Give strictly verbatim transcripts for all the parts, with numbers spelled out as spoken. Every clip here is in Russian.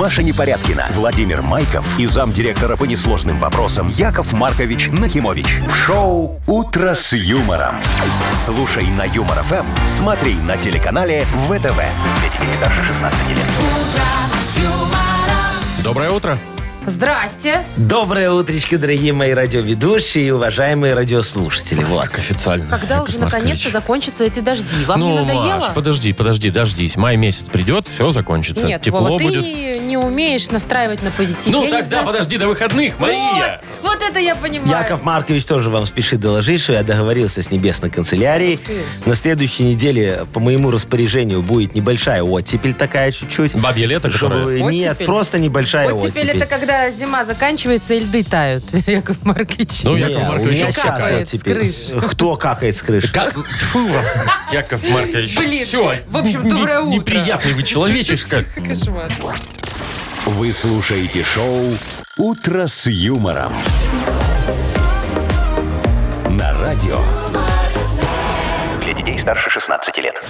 Маша Непорядкина, Владимир Майков и замдиректора по несложным вопросам Яков Маркович Нахимович. В шоу «Утро с юмором». Слушай на Юмор ФМ, смотри на телеканале ВТВ. Для детей старше шестнадцати лет. Доброе утро. Здрасте. Доброе утречко, дорогие мои радиоведущие и уважаемые радиослушатели. Вот. Как официально. Когда Яков уже Маркович. наконец-то закончатся эти дожди? Вам ну, не надоело? Маш, подожди, подожди, дождись. Май месяц придет, все закончится. Нет, Тепло Вова, будет. ты не умеешь настраивать на позитив. Ну, Я не тогда знаю. подожди до выходных, Мария. Вот, вот это я понимаю. Яков Маркович тоже вам спешит доложить, что я договорился с небесной канцелярией. На следующей неделе по моему распоряжению будет небольшая оттепель такая чуть-чуть. Бабье лето, Чтобы которое... вы- Нет, Оттепель? просто небольшая Вот оттепель. теперь это когда зима заканчивается и льды тают, Яков Маркович. Ну, Не, Яков у Маркович, меня он сейчас какает с оттепель. крыши. Кто какает с крыши? Как? Тьфу вас, Яков Маркович. Блин, Все. в общем, доброе утро. Неприятный вы человечишка. Кошмар. Вы слушаете шоу «Утро с юмором». На радио. Для детей старше шестнадцати лет.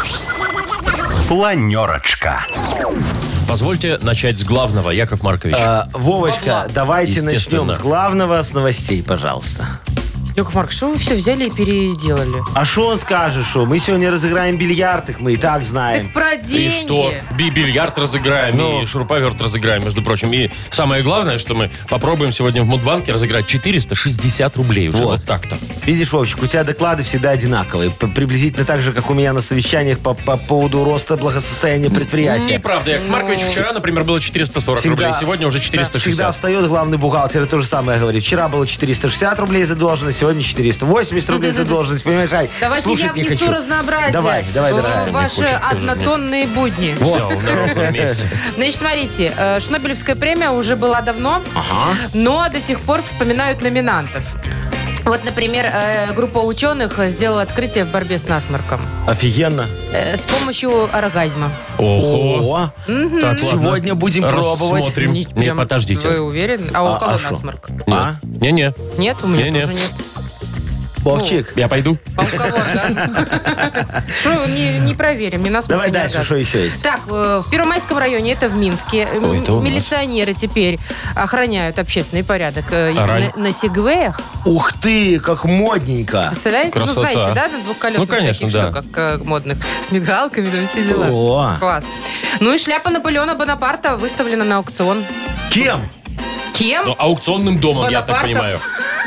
Планерочка. Позвольте начать с главного, Яков Маркович. А, Вовочка, бабла. давайте Естественно. начнем с главного, с новостей, пожалуйста. Яков Маркович, что вы все взяли и переделали? А что он скажет, что мы сегодня разыграем бильярд, их мы и так знаем. Так про И деньги. что? Би- Бильярд разыграем, Ну. и шуруповерт разыграем, между прочим. И самое главное, что мы попробуем сегодня в Мудбанке разыграть четыреста шестьдесят рублей уже. Вот, Вот. так-то. Видишь, Вовчик, у тебя доклады всегда одинаковые. П- Приблизительно так же, как у меня на совещаниях по, по поводу роста благосостояния предприятия. Неправда, Яков Маркович. Вчера, например, было четыреста сорок Всегда- рублей, сегодня уже четыреста Всегда шестьдесят. встает главный бухгалтер и то же самое говорит. Вчера было четыреста шестьдесят рублей задолженность, сегодня четыреста восемьдесят рублей задолженность. Понимаешь, Ай, Давайте слушать я не внесу хочу. разнообразие Давай, давай, в дорогая. ваши хочет тоже однотонные будни. Все, на ровном месте. Значит, смотрите, э, Шнобелевская премия уже была давно, но до сих пор вспоминают номинантов. Вот, например, э, группа ученых сделала открытие в борьбе с насморком Офигенно. э, с помощью оргазма. Ого. О, Так, ладно. сегодня будем пробовать. Рассмотрим. Не, Не, прям подождите. Вы уверены? А у А- кого а шо? насморк? А? Не-не, Нет, у меня Не-не. тоже нет. Вовчик, я пойду. А у кого оргазм? Что, не, не проверим, не насморк, давай не дальше, оргазм. что еще есть? Так, э, в Первомайском районе, это в Минске, м, Ой, это у нас. милиционеры теперь охраняют общественный порядок э, А рань- на, на сегвеях. Ух ты, как модненько. Представляете? Красота. Ну, знаете, да, на двухколесных Ну, конечно, таких да. штуках э, модных, с мигалками, там все дела. О. Класс. Ну и шляпа Наполеона Бонапарта выставлена на аукцион. Кем? Кем? Ну, аукционным домом, я так Бонапарта. понимаю.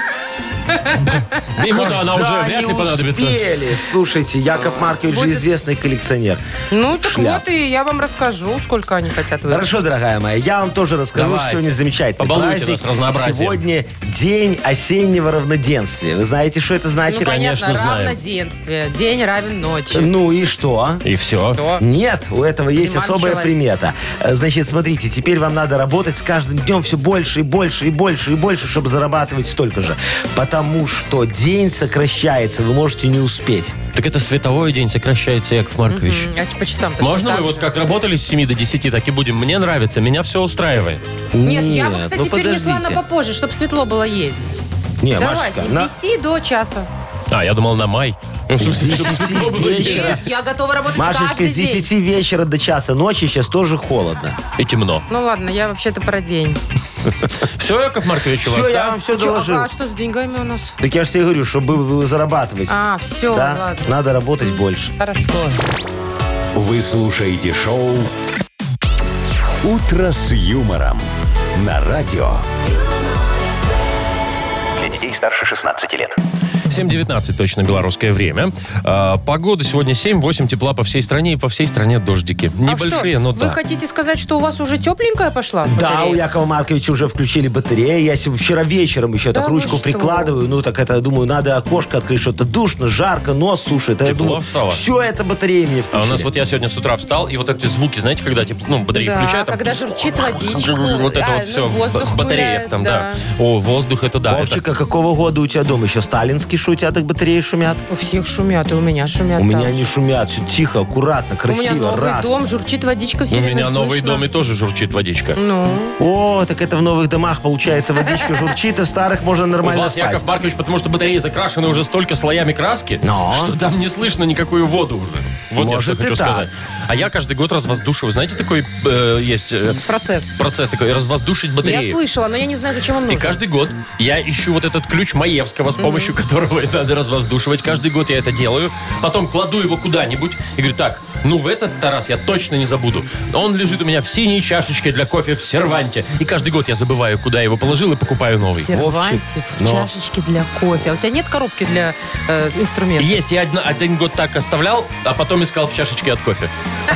Ему-то она уже Да, вряд ли не понадобится. успели. Слушайте, Яков Маркович же Будет- известный коллекционер. Ну, так Шляп. вот, и я вам расскажу, сколько они хотят выиграть. Хорошо, дорогая моя, я вам тоже расскажу, Давайте. что сегодня замечательный Побалуйте праздник. нас разнообразием. Сегодня день осеннего равноденствия. Вы знаете, что это Ну, значит? понятно, конечно, знаем. равноденствие. День равен ночи. Ну и что? И все. Что? Нет, у этого есть Зима особая началась. примета. Э, Значит, смотрите, теперь вам надо работать с каждым днем все больше и больше и больше и больше, чтобы зарабатывать столько же. Потому что день сокращается, вы можете не успеть. Так это световой день сокращается, Яков Маркович. М, а по часам точно Можно так мы вот же? как работали с семи до десяти, так и будем? Мне нравится, меня все устраивает. Нет, я бы, кстати, ну перенесла на подождите. попозже, чтобы светло было ездить. Не, Давайте, Машечка, с на- десяти до часа. А, я думал на май. Чтобы десяти светло было вечера. ездить. Я готова работать Машечка, каждый с день. десяти вечера до часа ночи сейчас тоже холодно. И темно. Ну ладно, я вообще-то про день. Все, Яков Маркович, у вас, Все, я да? вам все Чё, доложил. а что с деньгами у нас? Так я же тебе говорю, чтобы зарабатывать. А, все, да? ладно. Надо работать больше. Хорошо. Вы слушаете шоу «Утро с юмором» на радио. Для детей старше шестнадцати лет. семь девятнадцать точно белорусское время. А, погода сегодня семь-восемь, тепла по всей стране, и по всей стране дождики. Небольшие, а что, но вы да. хотите сказать, что у вас уже тепленькая пошла? Да, батарея? у Якова Марковича уже включили батареи. Я се- вчера вечером еще Да так вы ручку что? прикладываю. Ну, так это, думаю, надо окошко открыть. Что-то душно, жарко, нос сушит. А я Тепло думаю, стало? все это батареи мне А включили. у нас вот я сегодня с утра встал, и вот эти звуки, знаете, когда типа, ну, батареи Да, включают, там, когда журчит водичка. вот это а, вот ну, все в, воздух в батареях гуляет, там, да. О, воздух, это да. это- Вовчик, а какого года у тебя дом? Еще сталинский, что у тебя так батареи шумят? У всех шумят, и у меня шумят. У меня также. не шумят, все тихо, аккуратно, У красиво, меня новый раз. дом, журчит водичка все У время меня новый слышно. дом и тоже журчит водичка. Ну, О, так это в новых домах, получается, водичка журчит, а в старых можно У нормально вас, спать. Яков Маркович, потому что батареи закрашены уже столько слоями краски, Но. что там не слышно никакую воду уже. Вот я Может что и хочу так. сказать. А я каждый год развоздушиваю. Знаете, такой э, есть э, процесс. процесс такой, развоздушить Я батареи. слышала, но я не знаю, зачем он И нужен. каждый год я ищу вот этот ключ Маевского, с помощью которого это надо развоздушивать. Каждый год я это делаю. Потом кладу его куда-нибудь и говорю, так, ну в этот-то раз я точно не забуду. Он лежит у меня в синей чашечке для кофе в серванте. И каждый год я забываю, куда я его положил, и покупаю новый. В серванте, Вовчик, в но. чашечке для кофе. А у тебя нет коробки для э, инструментов? Есть, я один, один год так оставлял, а потом искал в чашечке от кофе.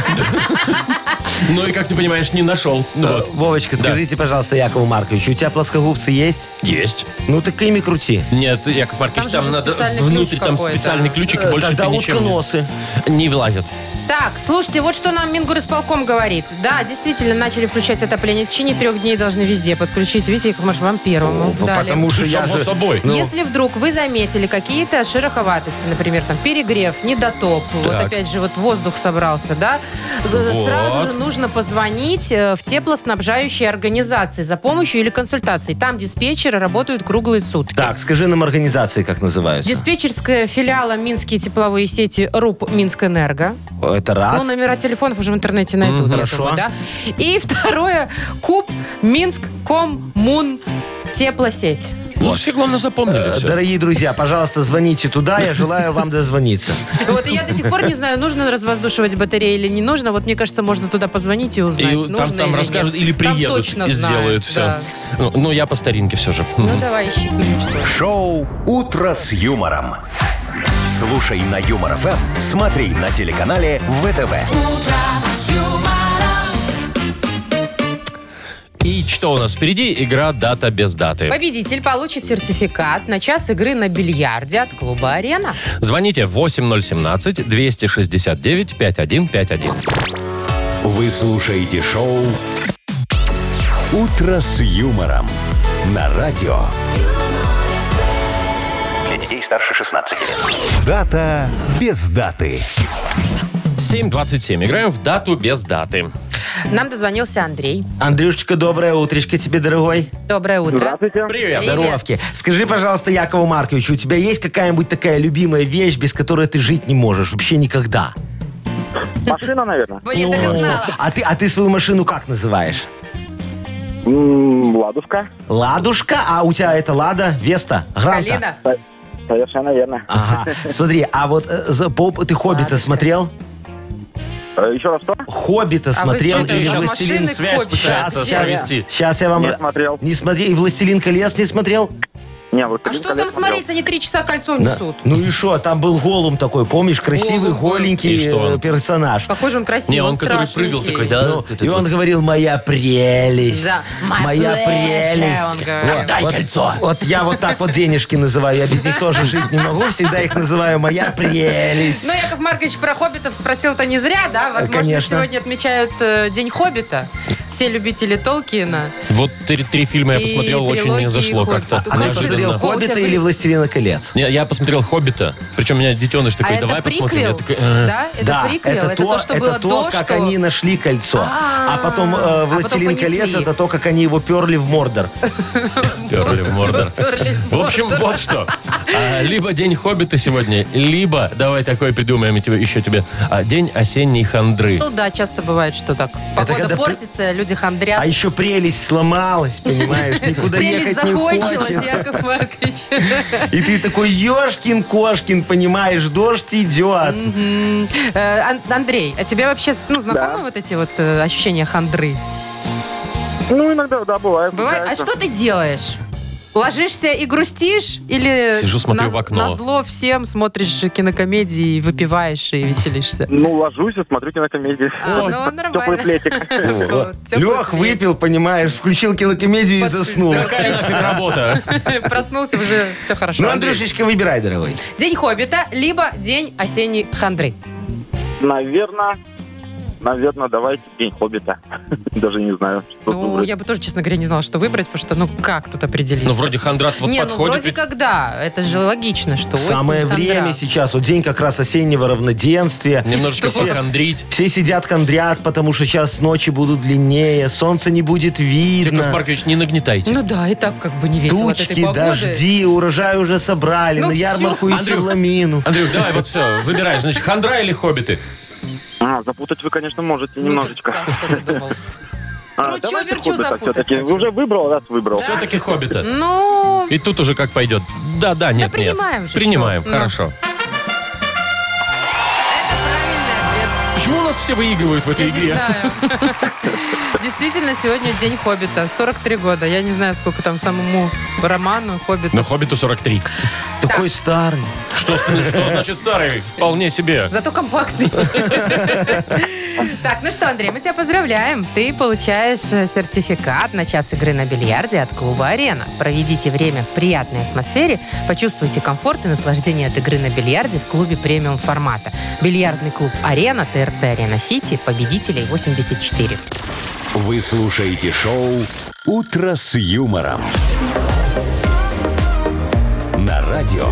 Ну и, как ты понимаешь, не нашел. Ну вот. Вовочка, Да. скажите, пожалуйста, Якову Марковичу, у тебя плоскогубцы есть? Есть. Ну так ими крути. Нет, Яков Маркович, Там там, же же надо специальный внутрь, ключ там какой-то. специальный ключик, и Э, больше Тогда ты ничем утконосы. не, не влазят. Так, слушайте, вот что нам Мингорисполком говорит. Да, действительно, начали включать отопление. В течение трех дней должны везде подключить. Видите, Яков Маркович, вам первому О, дали. потому что я Само же... собой. Ну. Если вдруг вы заметили какие-то шероховатости, например, там перегрев, недотоп, вот Так. опять же вот воздух собрался, да, э, Вот. сразу же нужно позвонить э, в теплоснабжающие организации за помощью или консультацией. Там диспетчеры работают круглые сутки. Так, скажи нам организации, как называются. Диспетчерская филиала Минские тепловые сети РУП Минскэнерго. Это раз. Ну, номера телефонов уже в интернете найдут, я Хорошо. думаю, да. И второе, КУП Минск Коммун Теплосеть. Ну, все, главное, запомнили Э, все. Дорогие друзья, пожалуйста, звоните туда. Я желаю вам дозвониться. Вот и я до сих пор не знаю, нужно развоздушивать батареи или не нужно. Вот мне кажется, можно туда позвонить и узнать, И нужно там, там или расскажут, нет. или Там приедут точно и знают, сделают все. да. Ну, ну, я по старинке все же. Ну, давай, ищи ключ свой. Шоу «Утро с юмором». Слушай на Юмор ФМ, смотри на телеканале ВТВ. И что у нас впереди? Игра «Дата без даты». Победитель получит сертификат на час игры на бильярде от клуба «Арена». Звоните восемь ноль семнадцать двести шестьдесят девять пятьдесят один пятьдесят один. Вы слушаете шоу «Утро с юмором» на радио. Для детей старше шестнадцати лет. Дата без даты. семь двадцать семь. Играем в «Дату без даты». Нам дозвонился Андрей. Андрюшечка, доброе утречко тебе, дорогой. Доброе утро. Здравствуйте. Привет. Привет. Здоровки. Скажи, пожалуйста, Якову Марковичу, у тебя есть какая-нибудь такая любимая вещь, без которой ты жить не можешь? Вообще никогда. Машина, наверное. Я так и знала. А ты, а ты свою машину как называешь? М, Ладушка. Ладушка? А у тебя это Лада, Веста, Гранта? Калина. Совершенно верно. Ага. Смотри, а вот э, за- по- ты «Хоббита» Ладушка. смотрел? Э, Еще раз что? «Хоббита» смотрел? что-то или сейчас «Властелин»? машины связь копят. пытается Сейчас. провести. Сейчас я вам... Не смотрел. Не смотри. И «Властелин колец» не смотрел? Не, вот А что там смотреть? Они три часа кольцо Да. несут. Ну и что? Там был Голум такой, помнишь? Красивый, Голум был. голенький И что он? э, персонаж. Какой же он красивый. Не, он, который страшненький. прыгал такой, да? Ну, вот этот и он вот. говорил: «Моя прелесть». Да, «My Моя pleasure», прелесть. он говорил. Вот, Дай вот- кольцо. Вот я вот так вот денежки называю. Я без них тоже жить не могу. Всегда их называю «моя прелесть». Ну, Яков Маркович про хоббитов спросил-то не зря, да? Возможно, Конечно. сегодня отмечают э, День хоббита. Все любители Толкиена. Вот три, три фильма я И посмотрел, очень трилогии не зашло «Хоббит». как-то. А А ты Неожиданно. посмотрел У тебя «Хоббита» при- или «Властелина колец»? Не, я посмотрел «Хоббита», причем у меня детеныш такой, а давай это посмотрим. приквел? Я такой, э. Да? Это да, приквел? это, то, что это было то, до, как что... они нашли кольцо. А, А потом э, а потом «Властелин понесли. колец» это то, как они его перли в Мордор. Перли в Мордор. Перли в В общем, Мордор. вот что. А, Либо День Хоббита сегодня, либо, давай такой придумаем тебе- еще тебе, а, День осенней хандры. Ну да, часто бывает, что так. Погода когда при- портится, люди хандрят. А еще прелесть сломалась, понимаешь? Никуда Прелесть ехать не закончилась, хочется. Яков Маркович. И ты такой: «Ешкин-кошкин», понимаешь, дождь идет. М, э, Ан- Андрей, а тебе вообще ну, знакомы Да. вот эти вот э, ощущения хандры? Ну, иногда, да, бывает. Бывает. А случается. что ты делаешь? Ложишься и грустишь? Или Сижу, смотрю на, в окно. на зло всем смотришь кинокомедии, выпиваешь и веселишься? Ну, ложусь и смотрю кинокомедии. А, ну, Теплый нормально. плетик. Вот, тёплый Лех плед. выпил, понимаешь, включил кинокомедию и Под- заснул. Какая нафиг работа? Проснулся, уже все хорошо. Ну, Андрюшечка, выбирай, дорогой. День хоббита, либо день осенней хандры. Наверное, наверное, давайте День Хоббита. Даже не знаю, что Ну, выбрать. я бы тоже, честно говоря, не знала, что выбрать, потому что, ну, как тут определиться? Ну, вроде Хандрат вот Не, ну, подходит. вроде ведь. как да. Это же логично, что осень, Самое хандра. время сейчас. Вот день как раз осеннего равноденствия. Немножечко Что? похандрить. Все сидят, хандрят, потому что сейчас ночи будут длиннее, солнце не будет Яков видно. Маркович, не нагнетайте. Ну да, и так как бы не весело от этой Тучки, погоды. дожди, урожай уже собрали, Ну на всё. ярмарку идти Андрюх. в ламину. Андрюх, давай, вот все, выбирай. Значит, хандра или хоббиты? А, запутать вы, конечно, можете Ну, немножечко. так, что ты думал? А, кручу, давайте верчу, Хоббита запутать все-таки. хочу. Уже выбрал, раз выбрал. Все-таки хоббита. Ну, И тут уже как пойдет. Да, да, нет, нет. принимаем же, Принимаем, чё? Ну. хорошо. это правильный ответ. Почему у нас все выигрывают в этой Я не игре? знаю. Действительно, сегодня день Хоббита. сорок три года. Я не знаю, сколько там самому роману Хоббиту. Но хоббиту сорок три. Такой старый. Что, что значит старый? Вполне себе. Зато компактный. Так, ну что, Андрей, мы тебя поздравляем. Ты получаешь э, сертификат на час игры на бильярде от клуба «Арена». Проведите время в приятной атмосфере, почувствуйте комфорт и наслаждение от игры на бильярде в клубе премиум формата. Бильярдный клуб «Арена», ТРЦ «Арена Сити», победителей восемьдесят четыре. Вы слушаете шоу «Утро с юмором». На радио.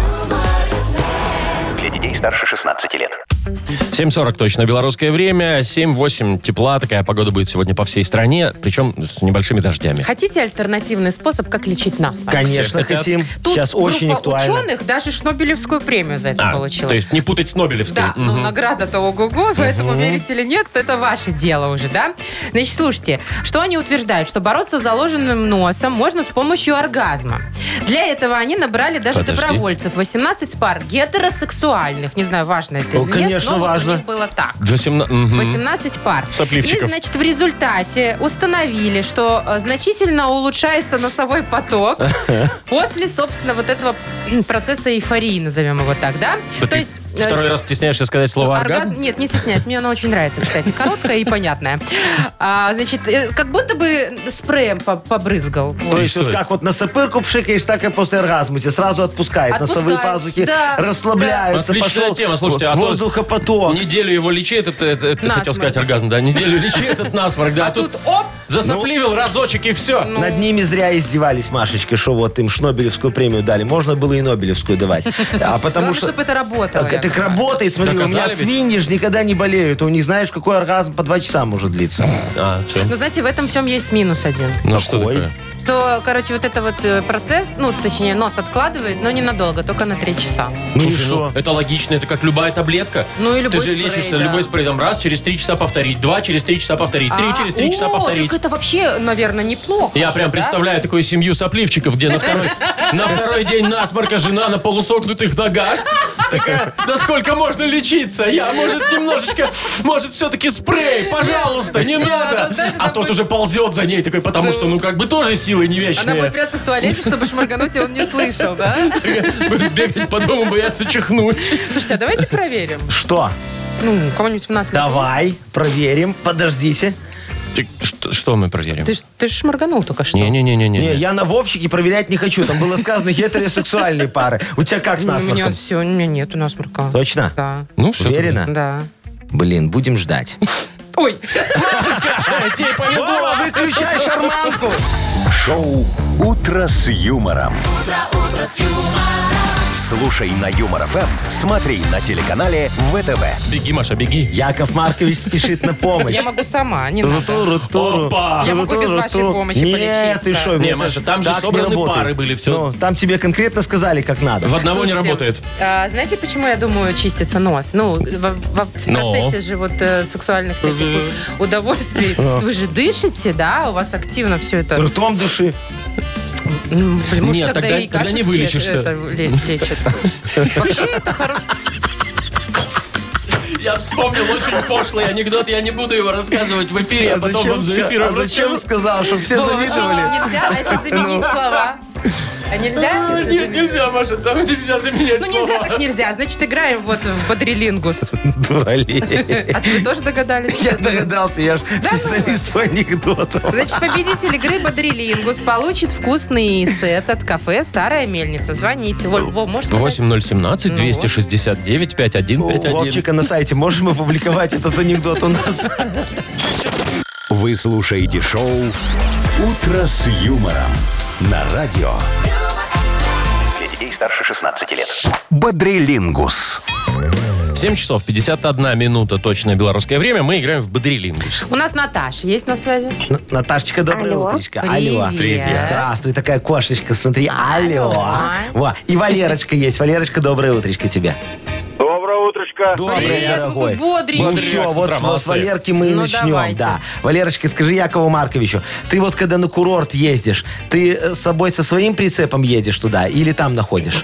Для детей старше шестнадцати лет. семь сорок точно белорусское время. семь восемь тепла. Такая погода будет сегодня по всей стране. Причем с небольшими дождями. Хотите альтернативный способ, как лечить насморк? Конечно, хотят. хотим. Тут Сейчас группа очень актуально. ученых даже Шнобелевскую премию за это А, получила. то есть не путать с Нобелевской. Да, ну Мгм. награда-то ого-го, поэтому верите или нет, это ваше дело уже, да? Значит, слушайте, что они утверждают? Что бороться с заложенным носом можно с помощью оргазма. Для этого они набрали даже Подожди. добровольцев. восемнадцать пар гетеросексуальных. Не знаю, важно это Ну, или нет, конечно, но вот важно. у них было так. восемнадцать. Мгм. восемнадцать пар. Сопливчиков. И, значит, в результате установили, что э, значительно улучшается носовой поток после, собственно, вот этого м, процесса эйфории, назовем его так, да? Да То ты есть... э, второй раз стесняешься сказать слово оргазм? Нет, не стесняюсь. Мне она очень нравится, кстати. Короткая и понятная. А, значит, э, как будто бы спреем по- побрызгал. То И есть что вот это? как вот на сапырку пшикаешь, так и после оргазма тебя сразу отпускает. Отпускает. Носовые пазухи Да, расслабляются. Отличная Пошел тема, слушайте, а то воздухопоток. Неделю его лечи, этот, это, это, Насморк. хотел сказать оргазм, да, неделю лечи этот насморк, да, А тут оп! засопливил разочек и все. Ну, Над ними зря издевались, Машечка, что вот им Шнобелевскую премию дали. Можно было и Нобелевскую давать. А потому Главное, что... чтобы это работало. Так, так Яков работает, смотри, у меня Доказали ведь? свиньи же никогда не болеют. У них, знаешь, какой оргазм по два часа может длиться. А, все. Ну, знаете, в этом всем есть минус один. Ну что Какой? такое? Что, короче, вот это вот э, процесс, ну, точнее, нос откладывает, но ненадолго, только на три часа. Ну и Слушай, что? это логично, это как любая таблетка. Ну, и любой Ты же спрей, лечишься да. любой спрей, там, раз, через три часа повторить, два, через три часа повторить, три, А, через три часа о, повторить. так это вообще, наверное, неплохо. Я же, прям да? представляю такую семью сопливчиков, где на второй, на второй день насморка жена на полусогнутых ногах. Такая, да сколько можно лечиться? Я, может, немножечко, может, все-таки спрей, пожалуйста, не надо. даже А там тот будет- уже ползет за ней такой, потому что, ну, как бы тоже силы не Она вечные. будет прятаться в туалете, чтобы шморгануть, и он не слышал, да? Будет бегать по дому, бояться чихнуть. Слушайте, а давайте проверим. Что? Ну, кого-нибудь у нас... Давай, проверим. Подождите. Ты- Что, что мы проверим? Ты ж, ты ж шморганул только что. Не-не-не-не. Не, я на Вовчике проверять не хочу. Там было сказано гетеросексуальные пары. У тебя как с Ну, у меня насморком? все, у меня нету насморка. Точно? Да. Ну, все. Уверена? Да. Блин, будем ждать. Ой, Тебе повезло. Вова, выключай шарманку. Шоу «Утро с юмором». Слушай на Юмор ФМ, смотри на телеканале ВТВ. Беги, Маша, беги. Яков Маркович спешит на помощь. я могу сама, не надо. Туру-туру-туру. Опа! Я могу без вашей Туру-туру-туру. помощи Нет, ты полечиться. что? Не, это Маша, там же так не собраны работает. пары были, всё. Ну, там тебе конкретно сказали, как надо. В одного не Слушайте, работает. а, знаете, почему, я думаю, чистится нос? Ну, во- во- в Но. процессе же вот э, сексуальных всяких удовольствий вы же дышите, да? У вас активно все это... Ртом дыши. М, Блин, может, Нет, тогда, тогда- и тогда кашель не чеш- вылечишься. это ле- лечит. Вообще, это хорошо. Я вспомнил очень пошлый анекдот, я не буду его рассказывать в эфире, а, потом вам за ска- эфиром а зачем расскажу. сказал, чтобы все Вова, завидовали? Нельзя, а если заменить слова? А нельзя? А, если Нет, заменить? нельзя, Маша, там нельзя заменять Ну, слова. нельзя так нельзя. Значит, играем вот в бодрилингус. Дуралей. А вы тоже догадались? Я догадался, я же Да ну специалист по анекдотам. Значит, победитель игры «Бодрилингус» получит вкусный сет от кафе «Старая мельница». Звоните. Вов, Вов, можешь сказать? восемь ноль семнадцать двести шестьдесят девять пятьдесят один пятьдесят один. Вовчика на сайте можем опубликовать этот анекдот у нас? Вы слушаете шоу «Утро с юмором» на радио. Для детей старше шестнадцати лет. Бодрилингус. семь часов пятьдесят одна минута, точное белорусское время. Мы играем в Бодрилингус. У нас Наташа есть на связи? Н- Наташечка, доброе Алло. утречко. Привет. Алло. Привет. Здравствуй, такая кошечка, смотри. Алло. Во. И Валерочка есть. Валерочка, доброе утречко тебе. Доброе утречко. Доброе, Привет, дорогой. какой бодренький. Ну Бодрый все, акцент, вот да, с, молодцы. с Валерки мы и Ну, начнем. давайте. Да. Валерочка, скажи Якову Марковичу, ты вот когда на курорт ездишь, ты э, с собой со своим прицепом едешь туда или там находишь?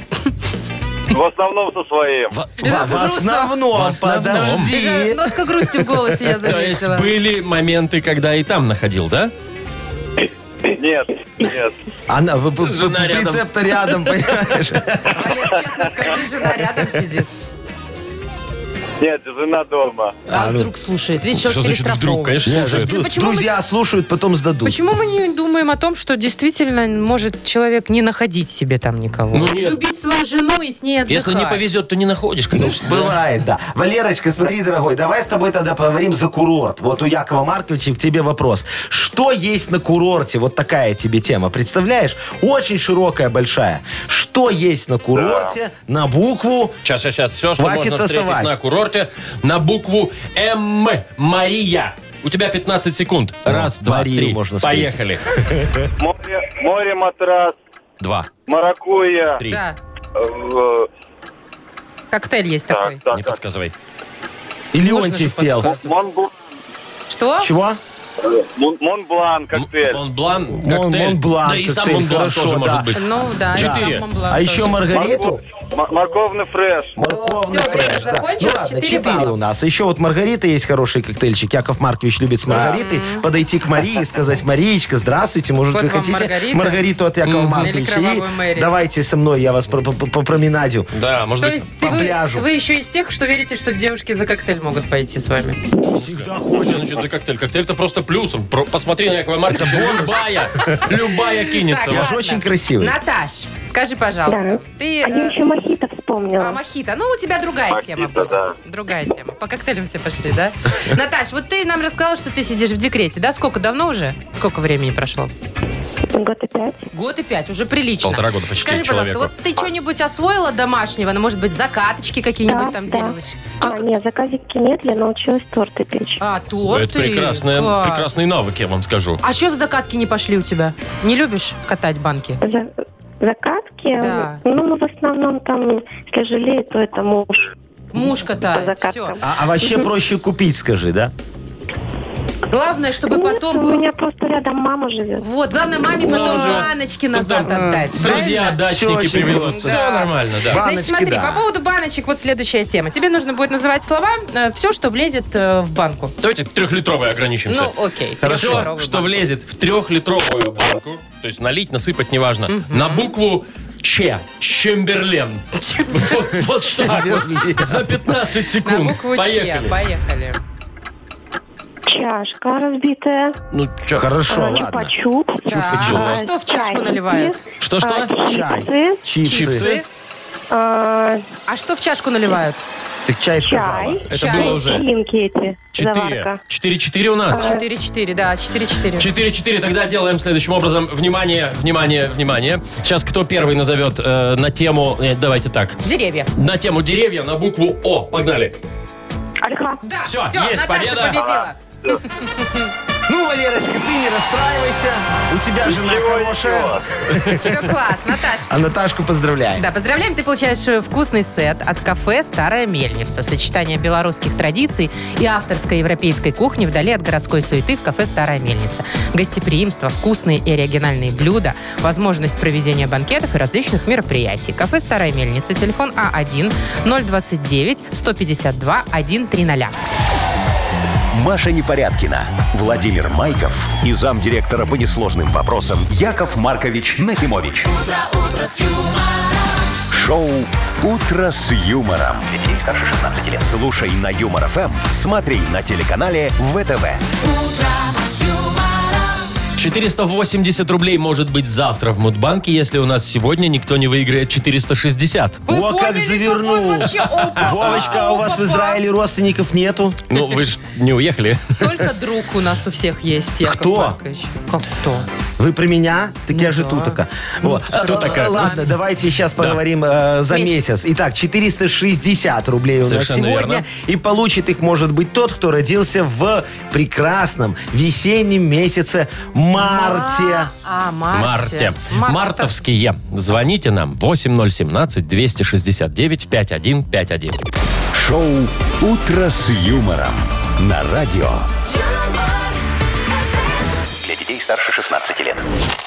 В основном со своим. Во- В, в грустно. основном, В основном. подожди. Такая нотка грусти в голосе я То есть заметила. были моменты, когда и там находил, да? Нет, нет. Она, п- п- Жена п- рядом. прицеп-то рядом, понимаешь? Валер, честно скажи, жена рядом сидит. Нет, жена дома. А А, ну. вдруг слушает? Видишь, Что человек значит вдруг? перестраховывает. Конечно, Нет, слушает. Слушайте, ну почему мы- Друзья слушают, потом сдадут. Почему мы не думаем о том, что действительно может человек не находить себе там никого? Ну, нет. Любить свою жену и с ней отдыхать. Если не повезет, то не находишь, конечно. Бывает, да. Валерочка, смотри, дорогой, давай с тобой тогда поговорим за курорт. Вот у Якова Марковича к тебе вопрос. Что есть на курорте? Вот такая тебе тема. Представляешь? Очень широкая, большая. Что есть на курорте на букву... Сейчас, сейчас, сейчас. Все, что Хватит можно встретить тасовать. на курорте, на букву М. Мария. У тебя пятнадцать секунд. Раз, два, Марию три. можно встретить. Поехали. Море, море, матрас, Два, маракуйя. три. Да, э, коктейль есть Так, такой. так, Не так. подсказывай. И Можно Леонтьев же пел. подсказывать. Монбу- Что? Чего? Мон- Монблан, коктейль. Монблан, Мон- коктейль. Монблан, Да и сам коктейль, Монблан хорошо, тоже да. может быть. Ну да, и Четыре. сам Монблан А еще тоже. Маргариту... М- морковный фреш. Морковный Всё, время фреш, да. закончилось, Ну ладно, четыре четыре балла. у нас. Еще вот Маргарита есть хороший коктейльчик. Яков Маркович любит с Маргаритой. Подойти к Марии и сказать: Мариечка, здравствуйте, может, Вот вы вам хотите Маргарита. Маргариту от Якова Или Марковича? кровавую И Мэри. давайте со мной, я вас про- по, по- по променадю. Да, может То быть. есть ты- по вы, пляжу. вы еще из тех, что верите, что девушки за коктейль могут пойти с вами? Всегда Что значит за коктейль? Коктейль-то просто плюсом. Про- Посмотри на Якова Марковича. Любая, любая кинется. Так, Я вам. же ладно. очень красивый. Наташ, скажи, пожалуйста, ты... А я э, еще мохито А, вспомнила. мохито. Ну, у тебя другая Мохито, тема будет. да. Другая тема. По коктейлям все пошли, да? Наташ, вот ты нам рассказала, что ты сидишь в декрете, да? Сколько, давно уже? Сколько времени прошло? Год и пять. Год и пять, уже прилично. Полтора года почти Скажи, пожалуйста, человеку. вот ты что-нибудь освоила домашнего? Ну, может быть, закаточки какие-нибудь Да, там да. делаешь? А, нет, заказики нет, я научилась торты печь. А, торты? Это прекрасные, Класс. прекрасный навык, я вам скажу. А что в закатки не пошли у тебя? Не любишь катать банки? За- Закатки? Да. Ну, в основном там, если жалеет, то это муж. Муж По катает. закаткам. Все. А, а вообще проще купить, скажи, да? Главное, чтобы Нет, потом... у меня просто рядом мама живет. Вот, главное, маме Ну, потом уже. баночки назад там отдать. Друзья, правильно? Всё дачники очень привезут. просто. Все Да. нормально, да. Баночки, Значит, смотри, да. по поводу баночек, вот следующая тема. Тебе нужно будет называть слова, все, что влезет э, в банку. Давайте трехлитровой ограничимся. Ну, окей. Все, трехлитровую что банку. влезет в трехлитровую банку, то есть налить, насыпать, неважно, на букву Ч. Чемберлен. Вот, вот так вот. За пятнадцать На секунд. букву Ч. Поехали. Поехали. Чашка разбитая. Ну, чё? Хорошо, а, ладно. Чупа-чуп. Так, чуп. а что в чашку Чайники, наливают? Что-что? а, Чай, Чипсы. чипсы. Чипсы. а, А что в чашку наливают? Ты чай сказала. Чай. Это Чай. было уже. Пинки эти. Четыре. Заварка. Четыре-четыре у нас. четыре-четыре, да, четыре-четыре. Четыре-четыре. Тогда делаем следующим образом. Внимание, внимание, внимание. Сейчас кто первый назовет э, на тему... э, давайте так. Деревья. На тему деревья на букву О. Погнали. Ольга. Да, Всё, все, есть Наташа победа. победила. Ну, Валерочка, ты не расстраивайся. У тебя жена хорошая. Все, класс, Наташа. А Наташку поздравляем. Да, поздравляем, ты получаешь э, вкусный сет от кафе «Старая мельница». Сочетание белорусских традиций и авторской европейской кухни вдали от городской суеты в кафе «Старая мельница». Гостеприимство, вкусные и оригинальные блюда, возможность проведения банкетов и различных мероприятий. Кафе «Старая мельница», телефон А один ноль двадцать девять сто пятьдесят два сто тридцать. Маша Непорядкина, Владимир Майков и замдиректора по несложным вопросам Яков Маркович Нахимович. Шоу «Утро с юмором». Для детей старше шестнадцати лет. Слушай на Юмор ФМ, смотри на телеканале ВТВ. четыреста восемьдесят рублей может быть завтра в Мудбанке, если у нас сегодня никто не выиграет четыреста шестьдесят. Вы О, как поняли, завернул. какой вообще опа? Вовочка, а у вас в Израиле родственников нету? Ну, вы же не уехали. Только друг у нас у всех есть, Яков Кто? Маркович. Как кто? Вы про меня? Так Ну я же да. тутака. Вот. что Э, такая? Ладно, давайте сейчас поговорим э, за Месяц. месяц. Итак, четыреста шестьдесят рублей у нас Совершенно сегодня. верно. И получит их, может быть, тот, кто родился в прекрасном весеннем месяце марте. А, марте. Марте. Марта. Мартовские. Звоните нам восемь ноль семнадцать двести шестьдесят девять пятьдесят один пятьдесят один. Шоу «Утро с юмором» на радио. Для детей старше шестнадцати лет.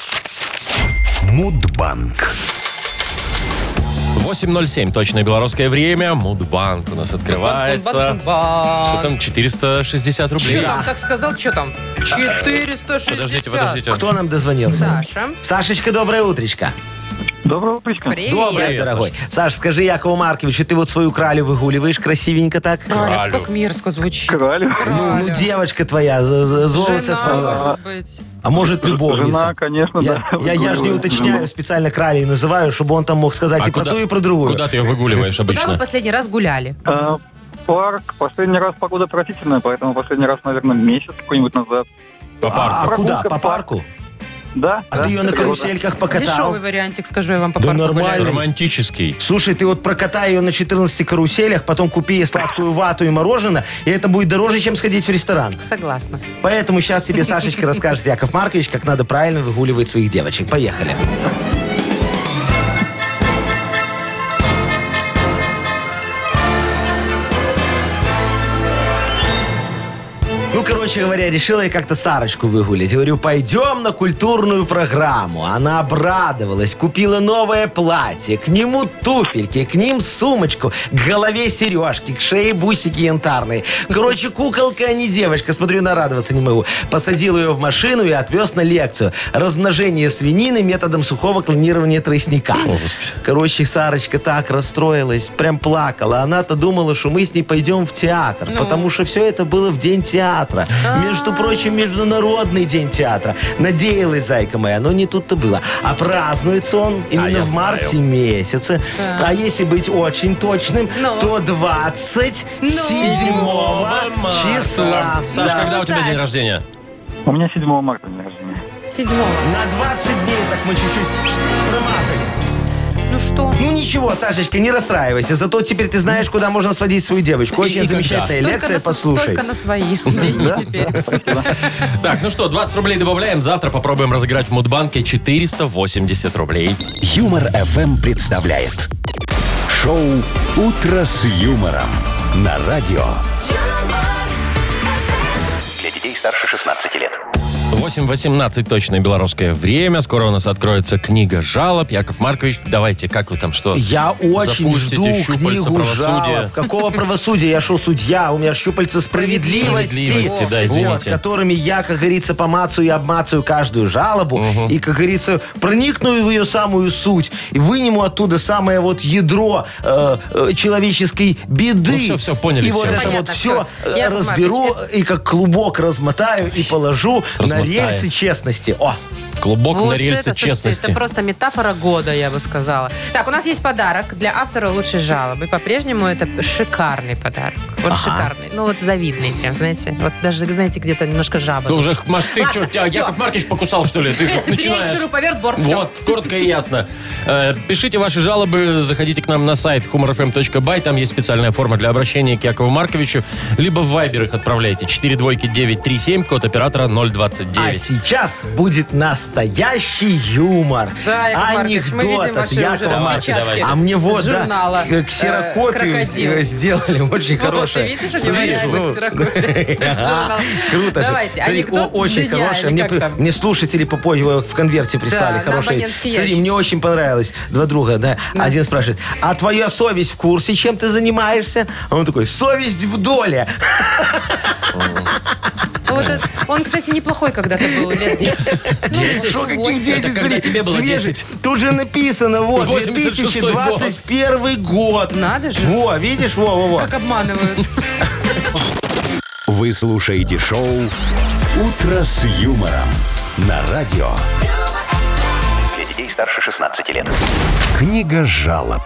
Мудбанк. восемь ноль семь, точное белорусское время. Мудбанк у нас открывается. Что там, четыреста шестьдесят рублей? Что там, так сказал, что там? четыреста шестьдесят. Подождите, подождите. Кто нам дозвонился? Саша. Сашечка, доброе утречко. Доброе утречко. Привет. Доброе, Привет, дорогой. Саш, скажи Якову Марковичу, ты вот свою кралю выгуливаешь красивенько так? Кралев, Кралю. как мерзко звучит. Кралю. Ну, ну, девочка твоя, з- з- золото Жена, твое. может быть. А может, любовница. Жена, конечно, я, да. я, я же не выгуливает уточняю, жену. специально кралей называю, чтобы он там мог сказать А и про куда- ту, и про другую. Куда ты ее выгуливаешь Куда вы обычно? последний раз гуляли? А, парк. Последний раз погода отвратительная, поэтому последний раз, наверное, месяц какой-нибудь назад. По А, парку. а куда? Прогулка По в парк. парку? Да. А да, ты ее на природа. карусельках покатал? Дешевый вариантик, скажу я вам, по Да парку нормально. гулять. Романтический. Слушай, ты вот прокатай ее на четырнадцати каруселях, потом купи ей сладкую вату и мороженое, и это будет дороже, чем сходить в ресторан. Согласна. Поэтому сейчас тебе Сашечка расскажет, Яков Маркович, как надо правильно выгуливать своих девочек. Поехали. Ну, короче говоря, решила я как-то Сарочку выгулить. Говорю, пойдем на культурную программу. Она обрадовалась, купила новое платье, к нему туфельки, к ним сумочку, к голове сережки, к шее бусики янтарные. Короче, куколка, а не девочка. Смотрю, нарадоваться не могу. Посадил ее в машину и отвез на лекцию. Размножение свинины методом сухого клонирования тростника. Короче, Сарочка так расстроилась, прям плакала. Она-то думала, что мы с ней пойдем в театр, потому что все это было в день театра. Между прочим, международный день театра. Надеялась, зайка моя, но не тут-то было. А празднуется он именно я в марте знаю. месяце. А если быть очень точным, Ну? то двадцать седьмого числа. Саш, Да. когда у тебя Саш. день рождения? У меня седьмого марта день рождения. Седьмого. На двадцать дней так мы чуть-чуть промазали. Ну что? Ну ничего, Сашечка, не расстраивайся. Зато теперь ты знаешь, куда можно сводить свою девочку. И- Очень и замечательная Только лекция, на, послушай. Только на свои деньги теперь. Так, ну что, двадцать рублей добавляем. Завтра попробуем разыграть в Мудбанке четыреста восемьдесят рублей. Юмор эф эм представляет шоу «Утро с юмором» на радио. Для детей старше шестнадцати лет. восемь восемнадцать точное белорусское время. Скоро у нас откроется книга жалоб. Яков Маркович, давайте, как вы там что? Я очень Запустите жду щупальца книгу правосудия. жалоб. Какого правосудия? Я шо, судья? У меня щупальца справедливости. Справедливости, да, извините. Вот, которыми я, как говорится, помацаю и обмацаю каждую жалобу. И, как говорится, проникну в ее самую суть. И выниму оттуда самое вот ядро э, э, человеческой беды. Ну, всё, всё, поняли И вот все. это Понятно, вот все всё. Яков разберу Маркович, и как клубок размотаю и положу на Размотаю. рельсы честности. О! Клубок Вот на рельсы это, слушайте, честности. это просто метафора года, я бы сказала. Так, у нас есть подарок для автора лучшей жалобы. По-прежнему это шикарный подарок. Вот шикарный. Ну, вот завидный прям, знаете. Вот даже, знаете, где-то немножко жаба. Да уже, Маш, ты Ладно, что, тебя всё. Яков Маркович покусал, что ли? Ты вот Дрель, начинаешь... шуруповерт, борт, всё. Вот, коротко и ясно. Э, Пишите ваши жалобы, заходите к нам на сайт humor f m точка by, там есть специальная форма для обращения к Якову Марковичу, либо в Вайбер их отправляйте. четыре двойки девять три семь, код оператора ноль двадцать А девять. сейчас будет настоящий настоящий юмор. Да, Яков Маркович, мы видим Анекдот от ваши уже Якова Марковича. распечатки А мне вот, с журнала, да, э, ксерокопию «Крокодил». сделали, очень Вот, хорошая. ты видишь, у него реально ксерокопия из журнала. Круто. Давайте, Смотри, анекдот о- очень дня, хорошая. или Мне, как при- там? мне слушатели по поводу в конверте прислали Да, на хорошие. абонентский Смотри, ящик. мне очень понравилось. Два друга, да. Один спрашивает, а твоя совесть в курсе, чем ты занимаешься? А он такой, совесть в доле. Вот это- он, кстати, неплохой когда-то был, лет десять. Ну, Десять? Что, каких восемь. десять? Это когда Смотри, тебе было свежий. десять. Тут же написано, вот, две восемьдесят тысячи шестой двадцать первый год. Надо же. Во, видишь, во, во, во. Как обманывают. Вы слушаете шоу «Утро с юмором» на радио. Для детей старше шестнадцати лет. Книга жалоб.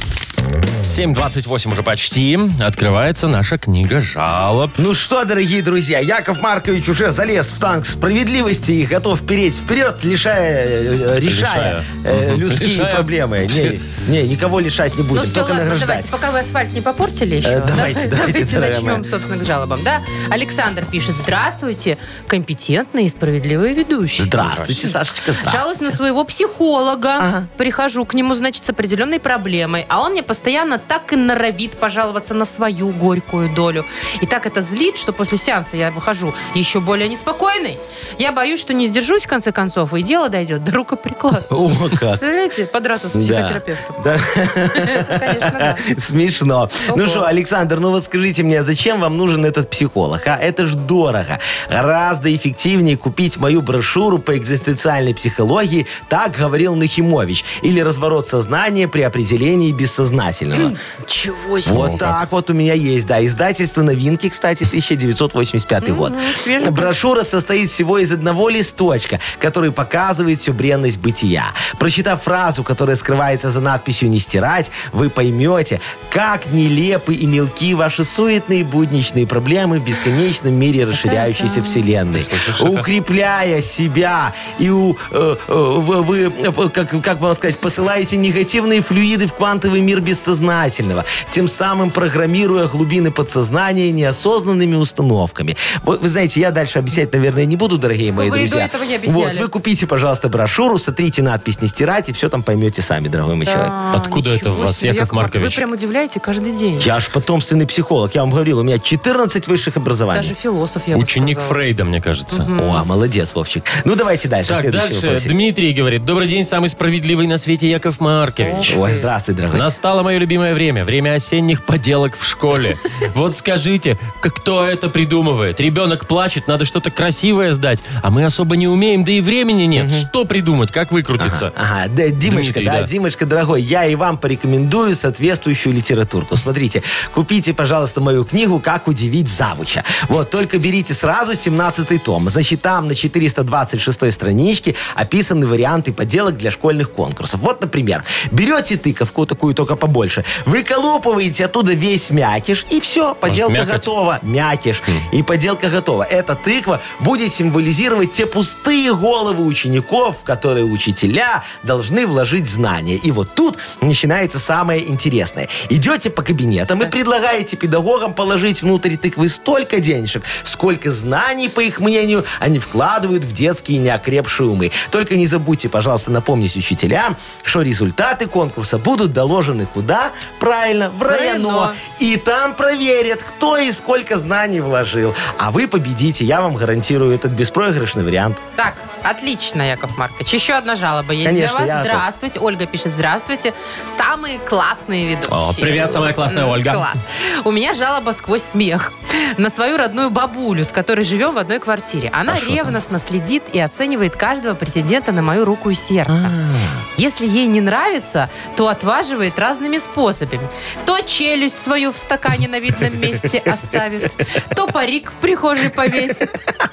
семь двадцать восемь уже почти. Открывается наша книга жалоб. Ну что, дорогие друзья, Яков Маркович уже залез в танк справедливости и готов переть вперед, лишая, э, решая э, Мгм. людские Решая. проблемы. Не, не, никого лишать не будем, Ну все, только ладно, награждать. давайте, пока вы асфальт не попортили еще. Э, давайте, давайте, дорогая начнем, моя. собственно, к жалобам. Да? Александр пишет, здравствуйте, компетентные и справедливые ведущие. Здравствуйте, Сашечка, здравствуйте. Жалуюсь на своего психолога. Прихожу к нему, значит, с определенной проблемой. А он мне постоянно так и норовит пожаловаться на свою горькую долю. И так это злит, что после сеанса я выхожу еще более неспокойной. Я боюсь, что не сдержусь в конце концов, и дело дойдет до рукоприкладства. О, как. Представляете, подраться с Да. психотерапевтом. Да. Это, конечно, да. Смешно. Ого. Ну что, Александр, ну вот скажите мне, зачем вам нужен этот психолог? А это ж дорого. Гораздо эффективнее купить мою брошюру по экзистенциальной психологии «Так говорил Нахимович» или «Разворот сознания при определении бессознательного». Чего себе. Вот так вот у меня есть, да. Издательство «Новинки», кстати, тысяча девятьсот восемьдесят пятый год. свеженько. Брошюра состоит всего из одного листочка, который показывает всю бренность бытия. Прочитав фразу, которая скрывается за надписью «Не стирать», вы поймете, как нелепы и мелки ваши суетные будничные проблемы в бесконечном мире расширяющейся вселенной. Укрепляя себя и у, э, э, вы, вы, э, как, как вам сказать, посылаете негативные флюиды в квантовый мир бессознательного, тем самым программируя глубины подсознания неосознанными установками. Вот, вы знаете, я дальше объяснять, наверное, не буду, дорогие мои вы и до друзья. этого не объясняли. Вот, вы купите, пожалуйста, брошюру, сотрите надпись «Не стирать», и все там поймете сами, дорогой мой человек. Да, Откуда это ничего у вас, себе, Яков Маркович? Вы прям удивляете каждый день. Я ж потомственный психолог, я вам говорил, у меня четырнадцать высших образований. Даже философ, я бы Ученик сказала. Фрейда, мне кажется. О, молодец, Вовчик. Ну, давайте дальше. Так, Следующий дальше. вопросик. Дмитрий говорит. Добрый день, самый справедливый на свете Яков Маркович. Ой, здравствуй, дорогой. Настало мое любимое время. Время осенних поделок в школе. Вот скажите, как- кто это придумывает? Ребенок плачет, надо что-то красивое сдать. А мы особо не умеем, да и времени нет. Что придумать, как выкрутиться? Ага, да, Димочка, Дмитрий, да, да. Димочка, дорогой, я и вам порекомендую соответствующую литературку. Смотрите, купите, пожалуйста, мою книгу «Как удивить завуча». Вот, только берите сразу семнадцатый том. Значит, там на четыреста двадцать шестой страничке описаны варианты поделок для школьных конкурсов. Вот, например, берете тыковку, такую только побольше, выколупываете оттуда весь мякиш, и все, поделка мякоть? готова. Мякиш. И поделка готова. Эта тыква будет символизировать те пустые головы учеников, в которые учителя должны вложить знания. И вот тут начинается самое интересное. Идете по кабинетам и предлагаете педагогам положить внутрь тыквы столько денежек, сколько знаний, по их мнению, они вкладывают в детские неокрепшие умы. Только не забудьте, пожалуйста, напомнить учителям, что результаты конкурса будут доложены куда? Правильно, в районо. Районо. И там проверят, кто и сколько знаний вложил. А вы победите, я вам гарантирую этот беспроигрышный вариант. Так, отлично, Яков Маркович. Еще одна жалоба есть Конечно, для я вас. готов. Здравствуйте. Ольга пишет, здравствуйте. Самые классные ведущие. О, привет, самая классная М, Ольга. Класс. У меня жалоба сквозь смех на свою родную бабулю, с которой живем в одной квартире. Она А шо там? ревностно следит и оценивает каждого претендента на мою руку и сердце. А. Если ей не нравится, то отваживает разными способами. То челюсть свою в стакане на видном месте оставит, то парик в прихожей повесит,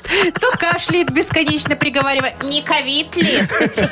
то кашляет бесконечно, приговаривая, не ковид ли?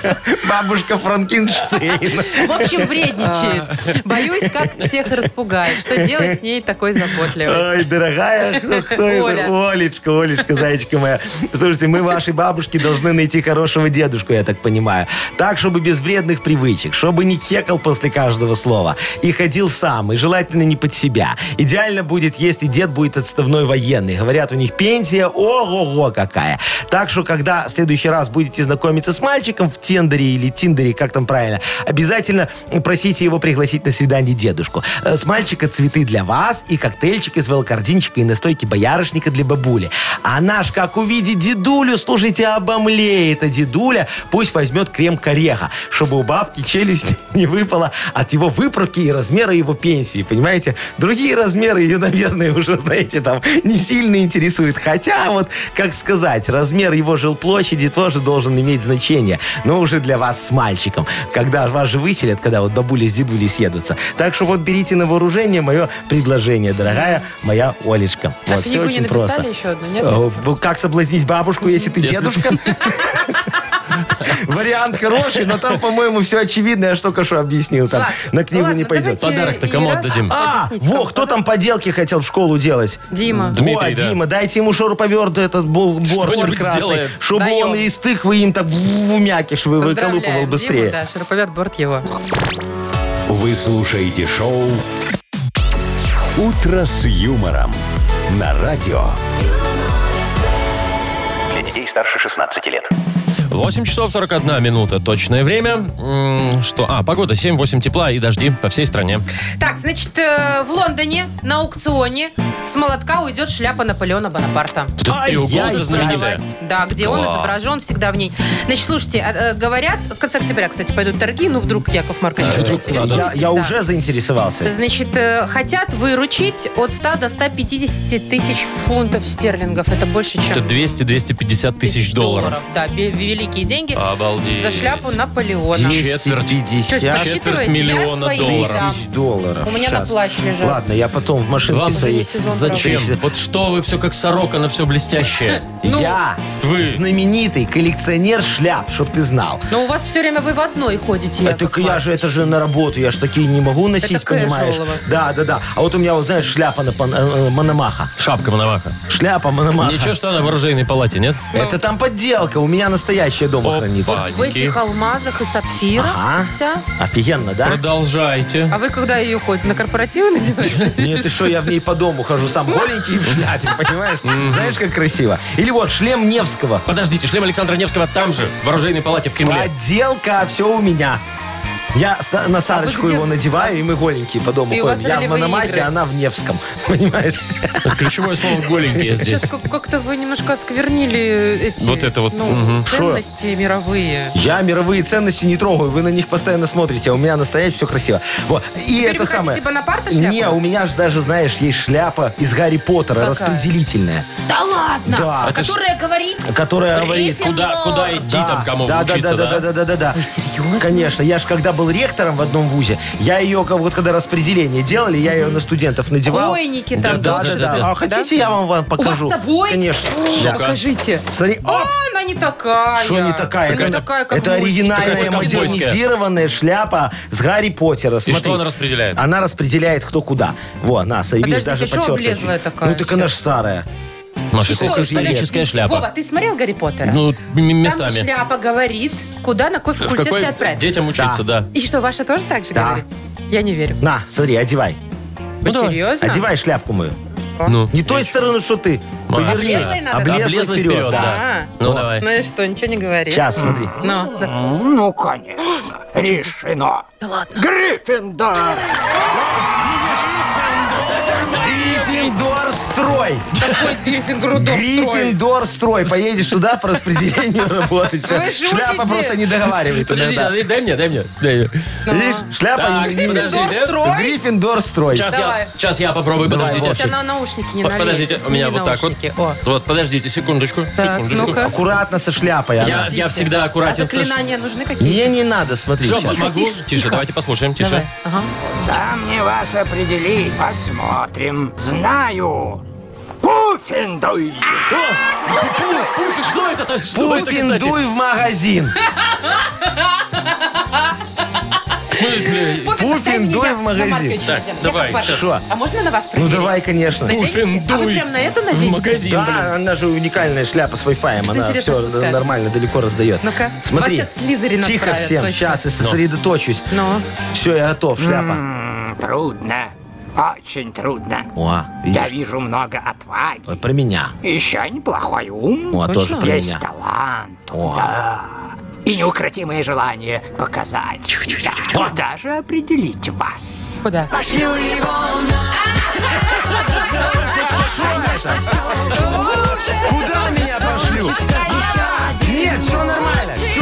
Бабушка Франкенштейн. В общем, вредничает. Боюсь, как всех распугает. Что делать с ней такой заботливой? Ой, дорогая, кто, кто Оля. это? Олечка, Олечка, зайчка моя. Слушайте, мы вашей бабушке должны найти хорошего дедушку, я так понимаю. Так, чтобы без вредных привычек, чтобы не кекал после каждого слова. И ходил сам, и желательно не под себя. Идеально будет, если дед будет отставной военный. Говорят, у них пенсия, ого-го какая. Так что, когда в следующий раз раз будете знакомиться с мальчиком в Тиндере или Тиндере, как там правильно, обязательно просите его пригласить на свидание дедушку. С мальчика цветы для вас и коктейльчик из велокардинчика и настойки боярышника для бабули. А наш, как увидит дедулю, слушайте, обомлеет, а дедуля пусть возьмет крем к ореха, чтобы у бабки челюсть не выпала от его выправки и размера его пенсии, понимаете? Другие размеры ее, наверное, уже, знаете, там не сильно интересуют. Хотя, вот, как сказать, размер его жилплощади тоже должен иметь значение. Но уже для вас с мальчиком. Когда вас же выселят, когда вот бабули с дедулей съедутся. Так что вот берите на вооружение мое предложение, дорогая моя Олечка. А Вот, книгу все не очень написали просто. еще одну, нет? Э, Как соблазнить бабушку, если ты Если- дедушка? Вариант хороший, но там, по-моему, все очевидно. Я ж только что объяснил. Там Ладно, на книгу ладно, не пойдет. давайте Подарок-то и кому раз отдадим? А, объясните, во, кому кто там подарок. поделки хотел в школу делать? Дима. Дмитрий, О, да. Дима, дайте ему шуруповерт, этот бо- борт Что-нибудь прекрасный, сделает. чтобы Даем. он из тыквы им так в мякиш вы- выколупывал Поздравляем быстрее. Диму, да, шуруповерт, борт его. Вы слушаете шоу «Утро с юмором» на радио. Для детей старше шестнадцати лет. восемь часов сорок одна минута. Точное время. М, Что? А, погода семь-восемь тепла и дожди по всей стране. Так, значит, э, в Лондоне на аукционе с молотка уйдет шляпа Наполеона Бонапарта. Тут Ай, треуголка яй, знаменитая. Да, где он Класс. изображен всегда в ней. Значит, слушайте, а, э, говорят, в конце октября, кстати, пойдут торги, ну, вдруг Яков Маркович Да, заинтересуетесь, Я, я да. уже заинтересовался. Значит, э, хотят выручить от ста до ста пятидесяти тысяч фунтов стерлингов. Это больше, чем Это двести-двести пятьдесят тысяч долларов. Да, бе- великие деньги Обалдеть. за шляпу Наполеона. Четверть. двести пятьдесят Посчитываете? миллиона Я свои долларов. дам. тысяч долларов. У меня Щас. на плащ лежат. Ладно, я потом в машинке Вам своей. уже не сезон Зачем? Тысяч. Вот что вы все как сорока на все блестящее. Ну, Я вы. знаменитый коллекционер шляп, чтоб ты знал. Но у вас все время вы в одной ходите, А Яков так я же, Маркович. это же на работу, я ж такие не могу носить, Это casual понимаешь? у вас. Да, да, да. А вот у меня, вот знаешь, шляпа на пан- э, Мономаха. Шапка Мономаха. Шляпа Мономаха. Ничего, что она в оружейной палате, нет? Это там подделка, у меня настоящая дома Опа. хранится. В этих алмазах и сапфирах Ага. вся. Офигенно, да? Продолжайте. А вы когда ее ходите? На корпоративы надеваете? Нет, ты что, я в ней по дому хожу, сам голенький и в шляпе, понимаешь? Знаешь, как красиво. Или вот шлем Невского. Подождите, шлем Александра Невского там же, в оружейной палате в Кремле. Подделка, все у меня. Я ста- на Сарочку где? его надеваю, и мы голенькие по дому И у вас ходим. Я в ролевые Мономахе, игры. а она в Невском. Понимаешь? Это ключевое слово голенькие здесь. Сейчас как- как-то вы немножко осквернили эти Вот это вот, ну, мгм. ценности мировые. Я мировые ценности не трогаю, вы на них постоянно смотрите, а у меня настоящее все красиво. Вот. И Теперь это вы самое. хотите Бонапарта шляпу? Не, у меня же даже, знаешь, есть шляпа из Гарри Поттера, Какая? распределительная, Да ладно! Да. Это ж- Которая говорит... которая говорит... Куда, куда идти там, кому да, да, учиться, да, да, да, да, да, да. Вы серьезно? Конечно, я же когда был ректором в одном вузе, я ее, как вот когда распределение делали, я ее на студентов надевал. Койники там, Да, Да, да, дочки. да. да. А хотите, я вам, вам У вас покажу? с собой? Конечно. О, Щас. Покажите. Смотри, А, о, она не такая. что не такая? Она не Это, такая, как это в мультике. оригинальная Какая-то ковбойская. модернизированная шляпа с Гарри Поттера. И Смотри. что она распределяет? Она распределяет кто куда. Во, на, смотри, видишь, Подождите, даже что потертая. облезлая такая Ну, так она ж старая. Маша, Что, это сколько же ей лет? историческая шляпа. Вова, ты смотрел Гарри Поттера? Ну, м- Там местами. шляпа говорит, куда, на какой В факультет какой тебя отправить. детям учиться, да. И что, ваша тоже так же Да. говорит? Я не верю. На, смотри, одевай. Вы давай. серьезно? Одевай шляпку мою. Ну, Не той стороны, что ты. Маша. Поверни. Облезлой надо? Облезлой Облезлой вперед, вперед, да. да. А, Ну, Вот. давай. Ну и что, ничего не говорит? Сейчас, смотри. Ну, да. Ну, конечно, решено. Да ладно. Гриффиндор! Гриффиндор строй. Какой Гриффиндор строй? Гриффиндор строй. Поедешь туда по распределению работать. Всё. Вы шутите? Шляпа просто не договаривает Подождите, иногда. дай мне, дай мне. дай. Видишь, шляпа Так, не- не- подождите. Строй? Гриффиндор строй. Сейчас Давай. я, сейчас я попробую, Давай, У подождите. тебя на наушники не П- налезет. Подождите, у Сними меня вот так вот. наушники. О. Вот, подождите, секундочку, Так, секундочку. ну-ка. Аккуратно со шляпой. она- Я, Подождите. я всегда А аккуратен. со ш- заклинания нужны какие-то? Не, не надо, смотри. Все, щас. Тихо, могу? тихо, Тише, тихо. давайте послушаем, тише. Давай. Ага. Да мне вас определить. Посмотрим. Знаю. Пуффиндуй! Пуфик, что это? Что это, кстати? Пуффиндуй в магазин. В смысле? Пуффиндуй в магазин. Так, давай, сейчас. Шо? А можно на вас Ну проверить? давай, конечно. Наденете? А вы Пуффиндуй прям на эту в наденете? магазин, блин. Да, она же уникальная шляпа с Wi-Fi. Что Она интересно, все что скажет? нормально, далеко раздает. Ну-ка. Смотри. Вас сейчас в Слизерин Тихо отправят, всем. точно. Сейчас я сосредоточусь. Ну, Все, я готов. Шляпа. М, Трудно. очень трудно. О, Я видишь, вижу много отваги. вот про меня. Еще неплохой ум. О, тоже про Есть меня. талант. О. Да. И неукротимое желание показать себя. Вот. Даже определить вас. Куда? Куда меня пошлю? Нет, все нормально, все.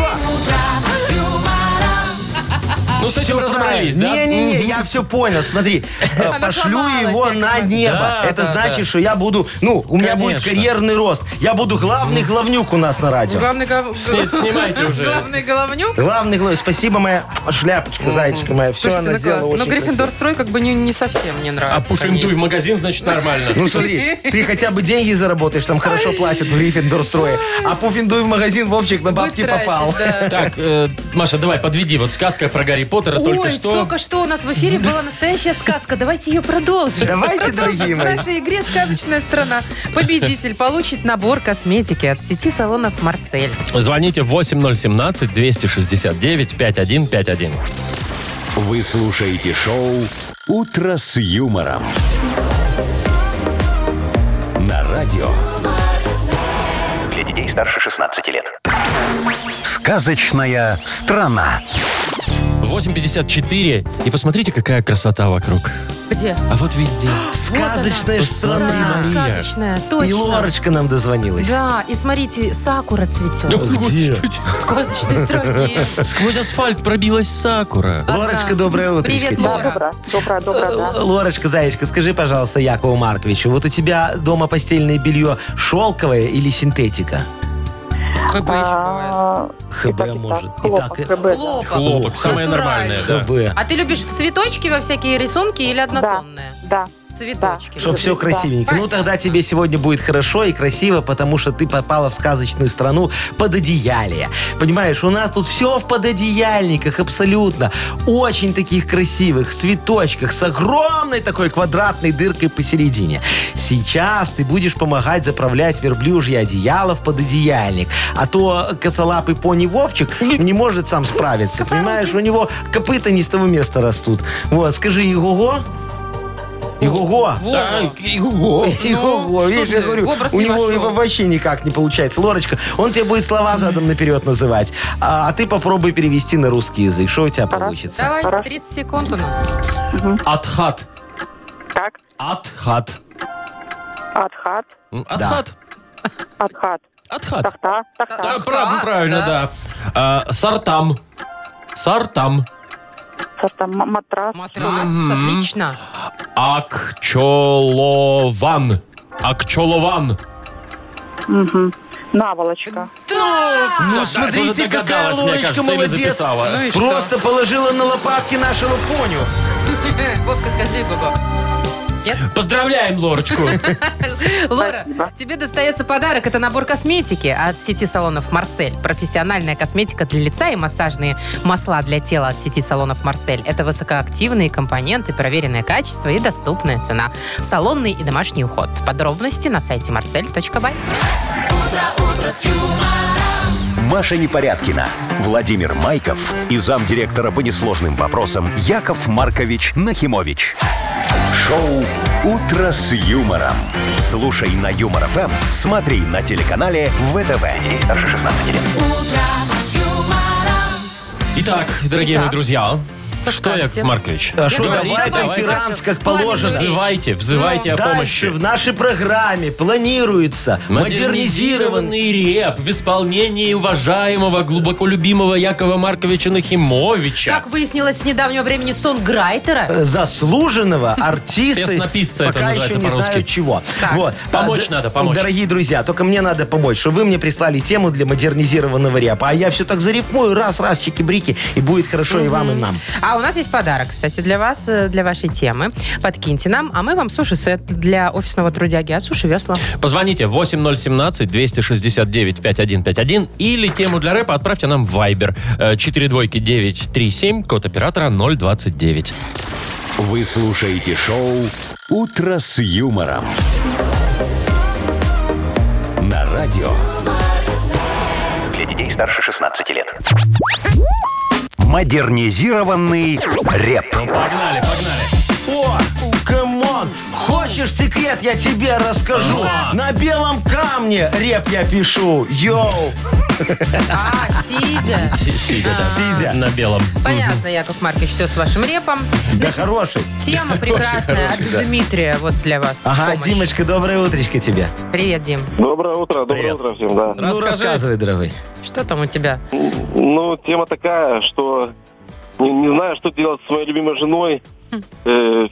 Ну, с этим разобрались, да? Не-не-не, я все понял. Смотри, э, Она пошлю сломалась, его Яков на Маркович. небо. Да, Это да, значит, да. что я буду, ну, у меня будет Конечно. карьерный рост. Я буду главный главнюк у нас на радио. Главный гов- Сни- снимайте уже. Главный головнюк. Главный главный. Спасибо, моя шляпочка, зайчка моя. Все Слушайте, она ну сделала классно. очень Но Гриффиндор красиво. строй как бы не, не совсем мне А нравится. пуффиндуй в магазин, значит, нормально. Ну смотри, ты хотя бы деньги заработаешь, там хорошо платят в Гриффиндор строе. А пуффиндуй в магазин, Вовчик, на бабки Будет тратить, попал. да. Так, э, Маша, давай, подведи. Вот сказка про Гарри Поттера только Ой, что. только что у нас в эфире была настоящая сказка. Давайте ее продолжим. Давайте, дорогие В мои. нашей игре «Сказочная страна» победитель получит набор косметики от сети салонов «Марсель». Звоните восемь ноль семнадцать двести шестьдесят девять пятьдесят один пятьдесят один. Вы слушаете шоу «Утро с юмором». На радио. Для детей старше шестнадцати лет. Сказочная страна. восемь пятьдесят четыре. И посмотрите, какая красота вокруг. Где? А вот везде. Сказочная Вот страна. она. Да, Мария. сказочная, И точно. Лорочка нам дозвонилась. Да, и смотрите, сакура цветет. Где? В сказочной стране. Сквозь асфальт пробилась сакура. Лорочка, доброе утро. Привет, Лора. Доброе, доброе, доброе, да. Лорочка, зайчка, скажи, пожалуйста, Якову Марковичу, вот у тебя дома постельное белье шелковое или синтетика? ХБ еще бывает. А, ХБ и так, и может. так. И Хлопок, так, и- ХБ, да. Хлопок. Хлопок, самое Натуральный. нормальное, да. ХБ. А ты любишь цветочки во всякие рисунки или однотонные? Да. Цветочки. Чтоб все Да. красивенько. Ну, тогда тебе сегодня будет хорошо и красиво, потому что ты попала в сказочную страну пододеялья. Понимаешь, у нас тут все в пододеяльниках абсолютно. Очень таких красивых, в цветочках, с огромной такой квадратной дыркой посередине. Сейчас ты будешь помогать заправлять верблюжье одеяло в пододеяльник. А то косолапый пони Вовчик не может сам справиться. Понимаешь, у него копыта не с того места растут. Вот, скажи, его-го. Его-го. Да, ого. Его, что видишь, ты, я говорю, в образ у не него вошел. его вообще никак не получается. Лорочка, он тебе будет слова задом наперед называть, а, а ты попробуй перевести на русский язык. Что у тебя получится? Давайте, Хорошо. тридцать секунд у нас. Атхат. Как? Атхат. Адхат, М, Атхат. адхат. Атхат. Тахта, тахта. Да, прав- правильно, да. А, Сартам. Сартам. Там м- матрас. Матрас, отлично. Акчолован. Акчолован. Мгм. Наволочка. Ну, Да, смотрите, тоже какая догадалась, мне Лорочка кажется, или молодец. записала. Ну и что? Просто положила на лопатки нашего поню. Вовка, скажи, Гого. Нет? Поздравляем Лорочку. Лора, Спасибо. тебе достается подарок. Это набор косметики от сети салонов «Марсель». Профессиональная косметика для лица и массажные масла для тела от сети салонов «Марсель». Это высокоактивные компоненты, проверенное качество и доступная цена. Салонный и домашний уход. Подробности на сайте марсель точка бай. Маша Непорядкина, Владимир Майков и замдиректора по несложным вопросам Яков Маркович Нахимович. Шоу «Утро с юмором». Слушай на Юмор ФМ, смотри на телеканале ВТВ. Ей старше шестнадцати лет. Итак, дорогие Итак. мои друзья, что, скажете? Яков Маркович? А что, Говори, давай давай, конферанс, как Пламя положено. Алексеевич. Взывайте, взывайте о Дальше помощи. в нашей программе планируется модернизированный... Модернизированный реп в исполнении уважаемого, глубоко любимого Якова Марковича Нахимовича. Как выяснилось с недавнего времени, сонграйтера. э, заслуженного артиста. Песнописца это пока еще называется не по-русски. знаю чего. Так. Вот. Помочь А, надо, д- помочь. Дорогие друзья, только мне надо помочь, что вы мне прислали тему для модернизированного репа, а я все так зарифмую, раз-раз, чики-брики, и будет хорошо и вам, и нам. А у нас есть подарок, кстати, для вас, э, для вашей темы. Подкиньте нам, а мы вам суши-сет для офисного трудяги от Суши Весла. Позвоните восемь ноль семнадцать двести шестьдесят девять пятьдесят один пятьдесят один или тему для рэпа отправьте нам в Viber четыре двойки девять три семь, код оператора ноль двадцать девять. Вы слушаете шоу «Утро с юмором». На радио. Для детей старше шестнадцати лет. Модернизированный реп. Ну, погнали, погнали. О, кому камон! Хочешь секрет, я тебе расскажу. На белом камне реп я пишу. Йоу! А, сидя. Сидя, да. Сидя. На белом. Понятно, Яков Маркович, все с вашим репом. Да Значит, хороший. тема прекрасная хороший, от да. Дмитрия вот для вас. в Ага, помощь. Димочка, доброе утречко тебе. Привет, Дим. Доброе утро, доброе Привет. утро всем, да. Ну, Расскажи. рассказывай, дорогой. Что там у тебя? Ну, тема такая, что не, не знаю, что делать с моей любимой женой. Э,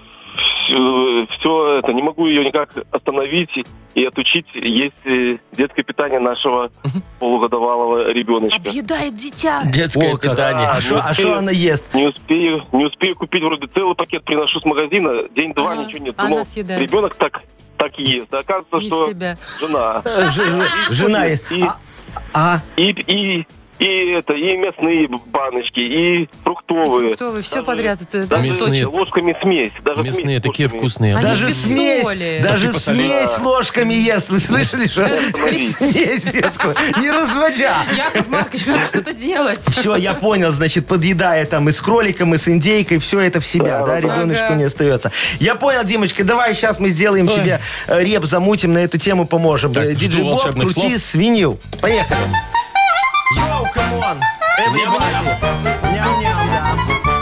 все, это, не могу ее никак остановить и отучить есть э, детское питание нашего полугодовалого ребеночка. Объедает дитя. Детское О, как. питание. А что а шо она ест? Не успею, не успею купить вроде целый пакет, приношу с магазина, день-два, Ага, ничего нет. она Но съедает. ребенок так, так ест. А оказывается, Не в что себя. жена. Э, ж- Жена есть. И- А, а, И, и, и это, и мясные баночки, и фруктовые. Кто вы? Все Даже- подряд. Это, Даже Мясные. ложками смесь. Даже Мясные смесь такие ложками. вкусные. Они даже без смесь, соли. даже Типа соли. смесь ложками ест. Вы слышали, что? Даже смесь. Смесь детскую, не разводя. Яков Маркович, надо что-то делать. Все, я понял, значит, подъедая там и с кроликом, и с индейкой, все это в себя, да, Да, да. ребеночку Ага. не остается. Я понял, Димочка, давай сейчас мы сделаем Ой. тебе э, реп, замутим, на эту тему поможем. Так, Э, жду Диджей Боб, волшебных крути слов. свинил. Поехали. Йоу, камон, everybody. Ням-ням, да.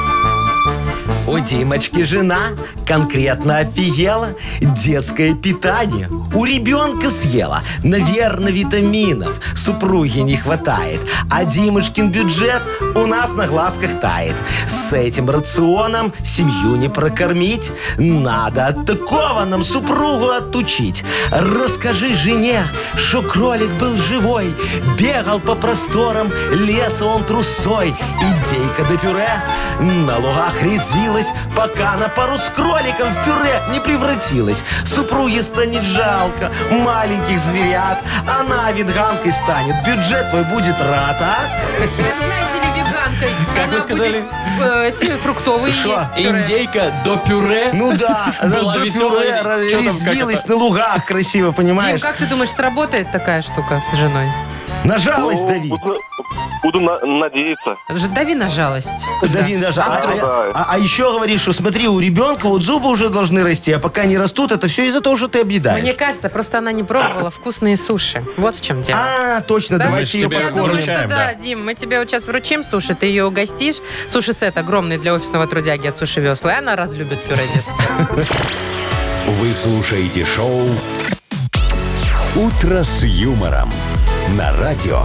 У Димочки жена конкретно офигела. Детское питание у ребенка съела. Наверное, витаминов супруге не хватает. А Димочкин бюджет у нас на глазках тает. С этим рационом семью не прокормить. Надо от такого нам супругу отучить. Расскажи жене, что кролик был живой. Бегал по просторам леса он трусой. Индейка до пюре на лугах резвилась, пока на пару с кроликом в пюре не превратилась. Супруге станет жалко маленьких зверят. Она веганкой станет, бюджет твой будет рад, а? Это, знаете ли, веганкой. Как Она вы сказали? будет, э, эти фруктовые Шо? есть. пюре. Индейка до пюре. Ну да, Была до веселая. пюре Чё там, как резвилась это? на лугах красиво, Дим, понимаешь? как ты думаешь, сработает такая штука с женой? На жалость Ну, дави. Буду, буду на- надеяться. Ж- Дави на жалость. Дави Да. на жал- А А, вдруг? а- а- а еще говоришь, что смотри, у ребенка вот зубы уже должны расти, а пока не растут, это все из-за того, что ты объедаешь. Мне кажется, просто она не пробовала вкусные суши. Вот в чем дело. А, точно, Да? давайте ее Мы ж тебя Я думаю, подкормим. что вручаем, да, да. Дим, мы тебе вот сейчас вручим суши, ты ее угостишь. Суши-сет огромный для офисного трудяги от Суши Весла, и она разлюбит пюре детское. Вы слушаете шоу «Утро с юмором» на радио.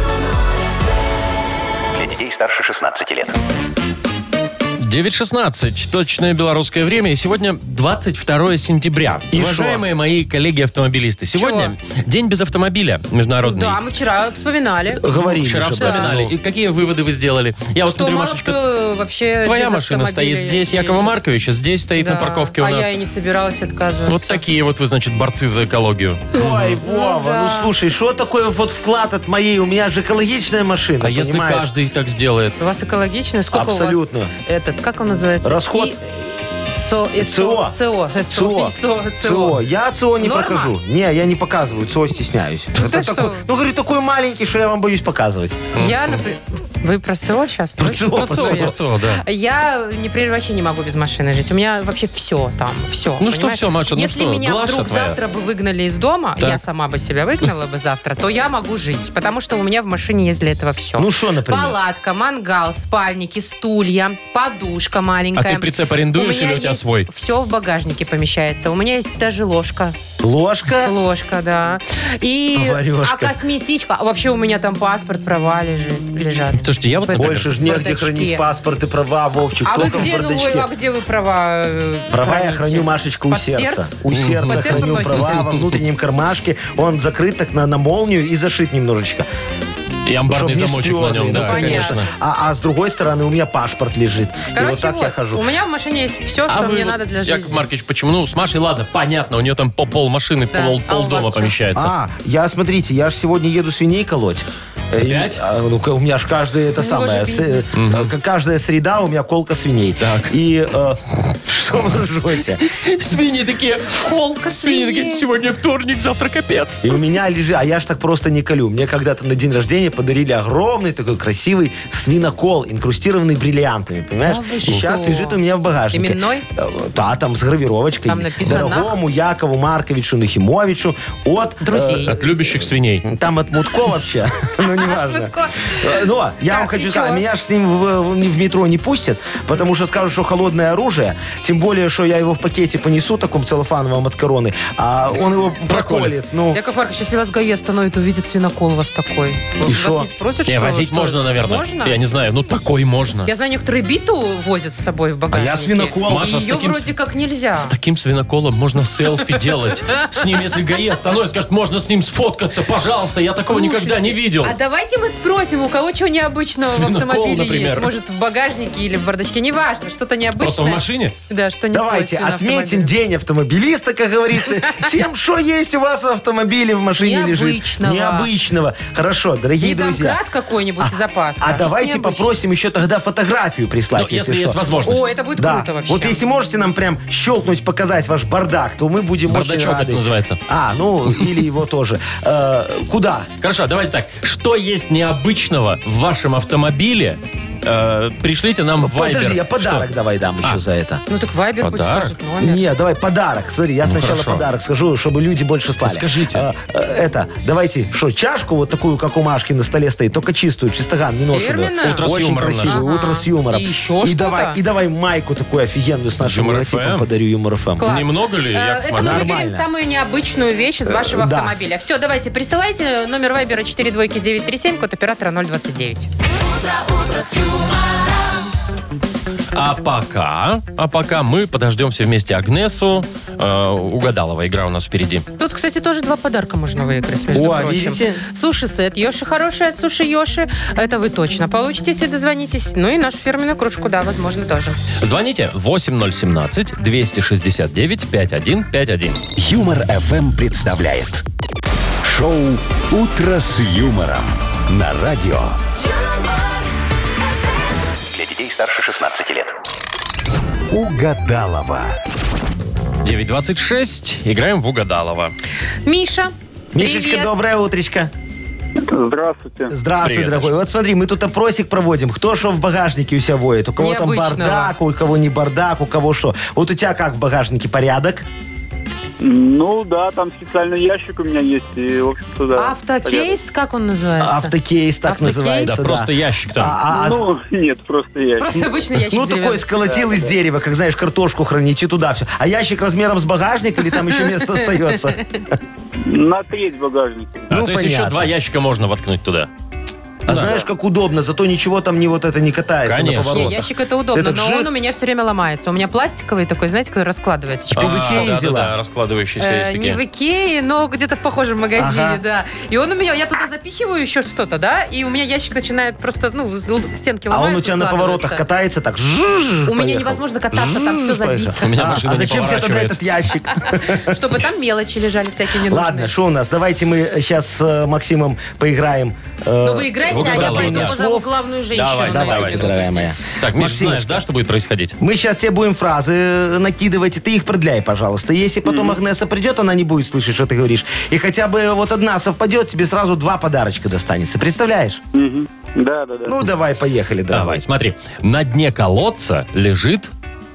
Для детей старше шестнадцати лет. девять шестнадцать. Точное белорусское время. И сегодня двадцать второе сентября. И Уважаемые мои коллеги-автомобилисты, сегодня день без автомобиля международный. Да, мы вчера вспоминали. Говорили Вчера же, вспоминали. да. И какие выводы вы сделали? Я вот Что смотрю, мало Машечка, кто вообще твоя без машина стоит автомобиля здесь, и- Якова Марковича здесь стоит Да. на парковке у а нас. я и не собиралась отказываться. Вот такие вот вы, значит, борцы за экологию. Ой, Вова, ну, да. слушай, что такое вот вклад от моей? У меня же экологичная машина, А если понимаешь? каждый так сделает? У вас экологично? Сколько Абсолютно. у вас этот, как он называется? Расход. И- СО, и ЦО. ЦО. ЦО. ЦО. и СО, ЦО. Я ЦО не Норма? покажу. Не, я не показываю. ЦО стесняюсь. Ну Это ты что? такой- ну, говорю, такой маленький, что я вам боюсь показывать. Я, например... Вы про СО сейчас? Про ЦО, Про про ЦО, ЦО, я- про ЦО, да. Я, например, вообще не могу без машины жить. У меня вообще все там, все. Ну что всё, Маша, ну Если что, меня Глаша вдруг твоя. завтра бы выгнали из дома, Так. я сама бы себя выгнала бы завтра, то я могу жить, потому что у меня в машине есть для этого все. Ну, что, например? Палатка, мангал, спальники, стулья, подушка маленькая. А ты прицеп арендуешь или у тебя свой? Все в багажнике помещается. У меня есть даже ложка. Ложка? Ложка, да. И Поварёшка. а косметичка. А вообще у меня там паспорт, права лежит, лежат. Слушайте, я вот... В Больше ж негде бардачке. хранить паспорт и права, Вовчик, А вы только в где, ну, вы- бардачке. а где вы права э, Права я храните? храню, Машечка, у Под сердца. сердце? У сердца Под сердцем храню носите? права во внутреннем кармашке. Он закрыт так на, на молнию и зашит немножечко. И амбарный Чтоб не замочек на сперли, нем, ну, да, понятно. конечно. А, а с другой стороны у меня паспорт лежит. Короче, и вот так вот, я хожу. у меня в машине есть все, что А вы мне вот, надо для Яков жизни. Маркович, почему? Ну, с Машей, ладно, понятно, у нее там по пол машины, Да. пол, А у пол дома вас что? помещается. А, я, смотрите, я же сегодня еду свиней колоть. Э, и- Опять? а, ну-ка, у меня ж каждая это него самое, же с- бизнес. э, каждая среда у меня колка свиней. Так. И э, что вы ржете? Свиньи такие, Холка свиньи такие, свиней. сегодня вторник, завтра капец. И у меня лежит, а я ж так просто не колю. Мне когда-то на день рождения подарили огромный такой красивый свинокол, инкрустированный бриллиантами, понимаешь? Да вы И сейчас что? лежит у меня в багажнике. Именной? Э, Да, там с гравировочкой. Там написано Дорогому Якову Марковичу Нахимовичу от... Друзей. От любящих свиней. э, Там от Мутко вообще, ну неважно. Мутко. Э, Но я Так, вам хочу и сказать, чё? меня же с ним в, в- в метро не пустят, потому что скажут, что холодное оружие, тем более, что я его в пакете понесу, таком целлофановом от короны, а он его проколет. Ну, Яков Маркович, если вас ГАИ остановит, увидит свинокол у вас такой. Вас шо? не спросят, Не, что возить что? можно, наверное. Можно? Я не знаю, ну такой можно. Я знаю, некоторые биту возят с собой в а багажнике. я свинокол. Маша, с Ее таким вроде как нельзя. С таким свиноколом можно селфи делать. С ним, если ГАИ остановит, скажет, можно с ним сфоткаться, пожалуйста, я такого Слушайте, никогда не видел. А давайте мы спросим, у кого чего необычного в Свинокол, автомобиле например. есть. Может, в багажнике или в бардачке, неважно, что-то необычное. Просто в машине? Да, что не Давайте свойственно отметим автомобилю. день автомобилиста, как говорится, тем, что есть у вас в автомобиле, в машине лежит. Необычного. Необычного. Хорошо, дорогие Не друзья. домкрат какой-нибудь из запаска. А давайте Необычно. попросим еще тогда фотографию прислать, Ну, если если есть что. возможность. О, это будет Да. круто вообще. Вот если можете нам прям щелкнуть, показать ваш бардак, то мы будем очень Бардачок рады. это называется. А, ну, или его тоже. Э, Куда? Хорошо, давайте так. Что есть необычного в вашем автомобиле? Э, пришлите нам в Viber. Подожди, я подарок Что? давай дам еще А. за это. Ну так Вайбер пусть Подарок? скажет номер. Не, давай подарок. Смотри, я сначала хорошо. подарок скажу, чтобы люди больше слали. скажите. А, э, это, давайте, что, чашку вот такую, как у Машки на столе стоит, только чистую, чистоган, не ношеную. Фирменную? Утро с Очень юмором красивую, наша. утро с юмором. И еще что-то? давай, и давай майку такую офигенную с нашим Юмор логотипом эф эм? подарю Юмор эф эм. Класс. Немного ли, Э, Яков Это мы Маркович? выберем Нормально. самую необычную вещь из вашего да. автомобиля. Все, давайте, присылайте номер Вайбера четыре двойки девять три семь, код оператора ноль двадцать девять. А пока, а пока мы подождем все вместе Агнесу. Э, угадалова игра у нас впереди. Тут, кстати, тоже два подарка можно выиграть, между О, прочим. видите? Суши-сет Йоши хороший от Суши Йоши. Это вы точно получите, если дозвонитесь. Ну и нашу фирменную кружку, да, возможно, тоже. Звоните восемь ноль семнадцать двести шестьдесят девять пятьдесят один пятьдесят один. Юмор эф эм представляет шоу Утро с юмором на радио. Для детей старше шестнадцати лет. Угадалова. девять двадцать шесть. Играем в Угадалова. Миша, Мишечка, привет. доброе утречко. Здравствуйте. Здравствуй, Привет, дорогой. Вот смотри, мы тут опросик проводим. Кто что в багажнике у себя воет? У кого там Необычного. бардак, у кого не бардак, у кого что. Вот у тебя как в багажнике порядок? Ну да, там специальный ящик у меня есть, и, в общем-то, да. Автокейс, как он называется? Автокейс так Автокейс? Да, называется. просто ящик там. А, а, Ну, нет, просто ящик. Просто обычный ящик ну, деревянный. такой сколотил из дерева, как, знаешь, картошку хранить и туда все. А ящик размером с багажник или там еще место остается? На треть багажника. А, ну, то есть еще понятно. два ящика можно воткнуть туда. А знаешь, как удобно, зато ничего там не вот это не катается Конечно. на поворотах. Не, ящик это удобно, Ты так но жих. он у меня все время ломается. У меня пластиковый такой, знаете, который раскладывается. Ты в Икее да, взяла? да, да, раскладывающиеся Э, есть не такие. в Икее, но где-то в похожем магазине, Ага. да. И он у меня, я туда запихиваю еще что-то, да, и у меня ящик начинает просто, ну, л- стенки А ломаются, он у тебя на поворотах складываются. катается так. жжж, У меня поехал. невозможно кататься, там все Жжж, поехал. забито. У меня А, машина а не зачем тебе тогда поворачивает. этот ящик? Чтобы там мелочи лежали всякие ненужные. Ладно, что у нас? Давайте мы сейчас с Максимом поиграем. э, Ну вы играете, а я Угадала, пойду да. позову главную женщину. Давай, на Давайте, эфир. дорогая моя. Так, Миш, Максимочка. знаешь, да, что будет происходить? Мы сейчас тебе будем фразы э, накидывать, и ты их продляй, пожалуйста. Если потом Агнеса придет, она не будет слышать, что ты говоришь. И хотя бы вот одна совпадет, тебе сразу два подарочка достанется. Представляешь? Мгм. Да, да, да. Ну, давай, поехали, Давай, давай. смотри. На дне колодца лежит...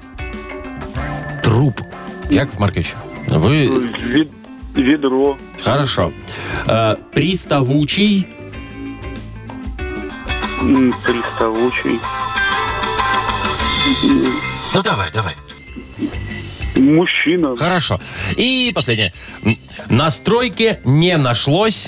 Труп. Яков Маркович, вы... Вед- Ведро. Хорошо. Э, приставучий... М, Приставучий. Ну, давай, давай. Мужчина. Хорошо. И последнее. М, На стройке не нашлось...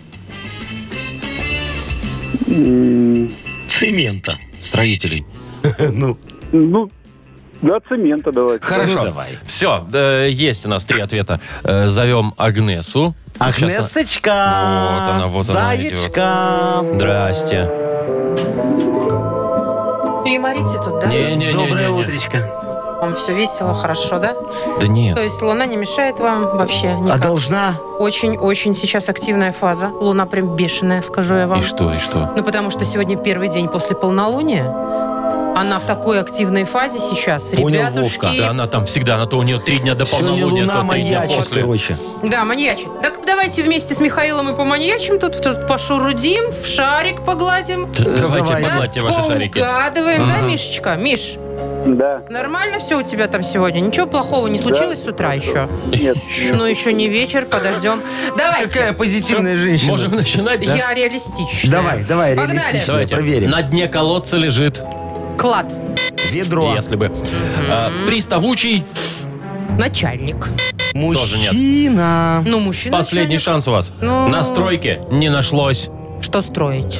М, Цемента. строителей. Ну, Ну, да, цемента давайте. Хорошо. Ну, давай. Все, есть у нас три ответа. Э, зовем Агнесу. Сейчас она- Агнесочка. Вот она, вот она Заячка. Здрасте. Юморите тут, да? Не-не-не-не-не. Доброе утречко. Вам все весело, хорошо, да? Да нет. То есть Луна не мешает вам вообще никак? А должна? Очень-очень сейчас активная фаза. Луна прям бешеная, скажу я вам. И что, и что? Ну, потому что сегодня первый день после полнолуния. Она в такой активной фазе сейчас. Понял, Ребятушки. Вовка. Да она там всегда, на то у нее три дня до Сегодня полнолуния, Луна то три дня маньячит, после. короче. Да, маньячит. Так давайте вместе с Михаилом и поманьячим тут, тут пошурудим, в шарик погладим. Да, Давайте, Давай. погладьте ваши шарики. Поугадываем, да, Мишечка? Миш, Да. нормально все у тебя там сегодня? Ничего плохого не случилось с утра еще? Нет. Ну, еще не вечер, подождем. Давайте. Какая позитивная женщина. Можем начинать, да? Я реалистичная. Давай, давай, Погнали. реалистично, Давайте. проверим. На дне колодца лежит, Клад. Ведро. если бы, а, приставучий. Начальник. Тоже нет. Мужчина. Ну, мужчина. Последний начальник. шанс у вас. Ну. На стройке не нашлось. Что строить?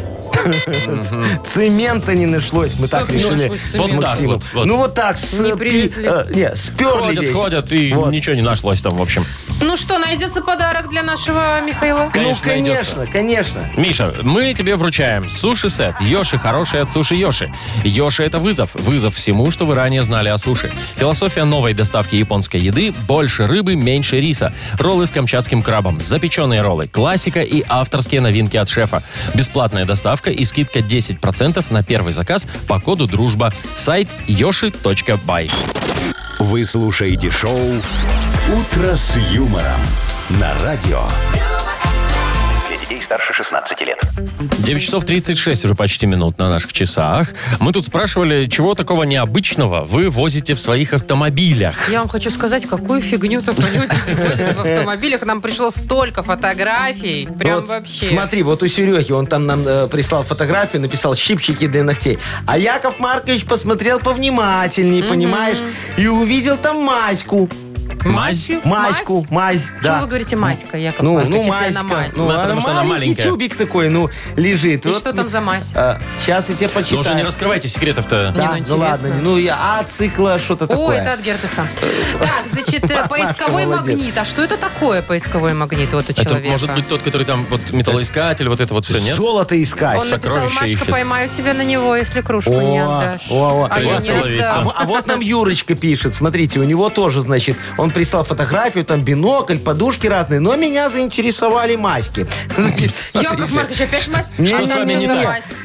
Цемента не нашлось, мы так Как не решили нашлось с цемента? Вот так Максимом. вот, вот. Ну вот так, с, Не пи- привезли. э, не, сперли Ходят, весь. ходят, и Вот. ничего не нашлось там, в общем. Ну что, найдется подарок для нашего Михаила? Ну, Конечно, конечно, конечно. Миша, мы тебе вручаем суши-сет Йоши хороший от Суши Йоши. Йоши — это вызов. Вызов всему, что вы ранее знали о суши. Философия новой доставки японской еды – больше рыбы, меньше риса. Роллы с камчатским крабом, запеченные роллы, классика и авторские новинки от шефа. Бесплатная доставка и скидка десять процентов на первый заказ по коду «Дружба». Сайт йоши точка бай. Вы слушаете шоу «Утро с юмором» на радио. Для детей старше шестнадцати лет. девять часов тридцать шесть уже почти минут на наших часах. Мы тут спрашивали, чего такого необычного вы возите в своих автомобилях. Я вам хочу сказать, какую фигню только люди возят в автомобилях. Нам пришло столько фотографий. Прям Вот вообще. Смотри, вот у Сереги, он там нам э, прислал фотографию, написал щипчики для ногтей. А Яков Маркович посмотрел повнимательнее, понимаешь, и увидел там Маську. Мазь? Маську, мазь, Что да. вы говорите Маська, Яков Ну, Маркович, ну, если она Маська. мазь? Ну, Да, потому она что она маленький маленькая. тюбик такой, ну, лежит. И Вот, что там за мазь? сейчас я тебе Ну почитаю. уже не раскрывайте секретов-то. Не, Да, ну, ну интересно. ладно, ну я а цикла что-то Ой, такое. это от герпеса. Так, значит, э, поисковой молодец. магнит. А что это такое, поисковой магнит вот у Это человека? может быть тот, который там вот металлоискатель, вот это вот все, нет? Золото искать. Он написал, сокровища Машка, ищет. поймаю тебя на него, если кружку О, не отдашь. о, о. А я не Придется ловиться. А, отдам. во- а вот нам Юрочка пишет, смотрите, у него тоже, значит, он прислал фотографию, там бинокль, подушки разные, но меня заинтересовали маськи. Яков Маркович, опять мазь? Что А с вами что не за так? мазь?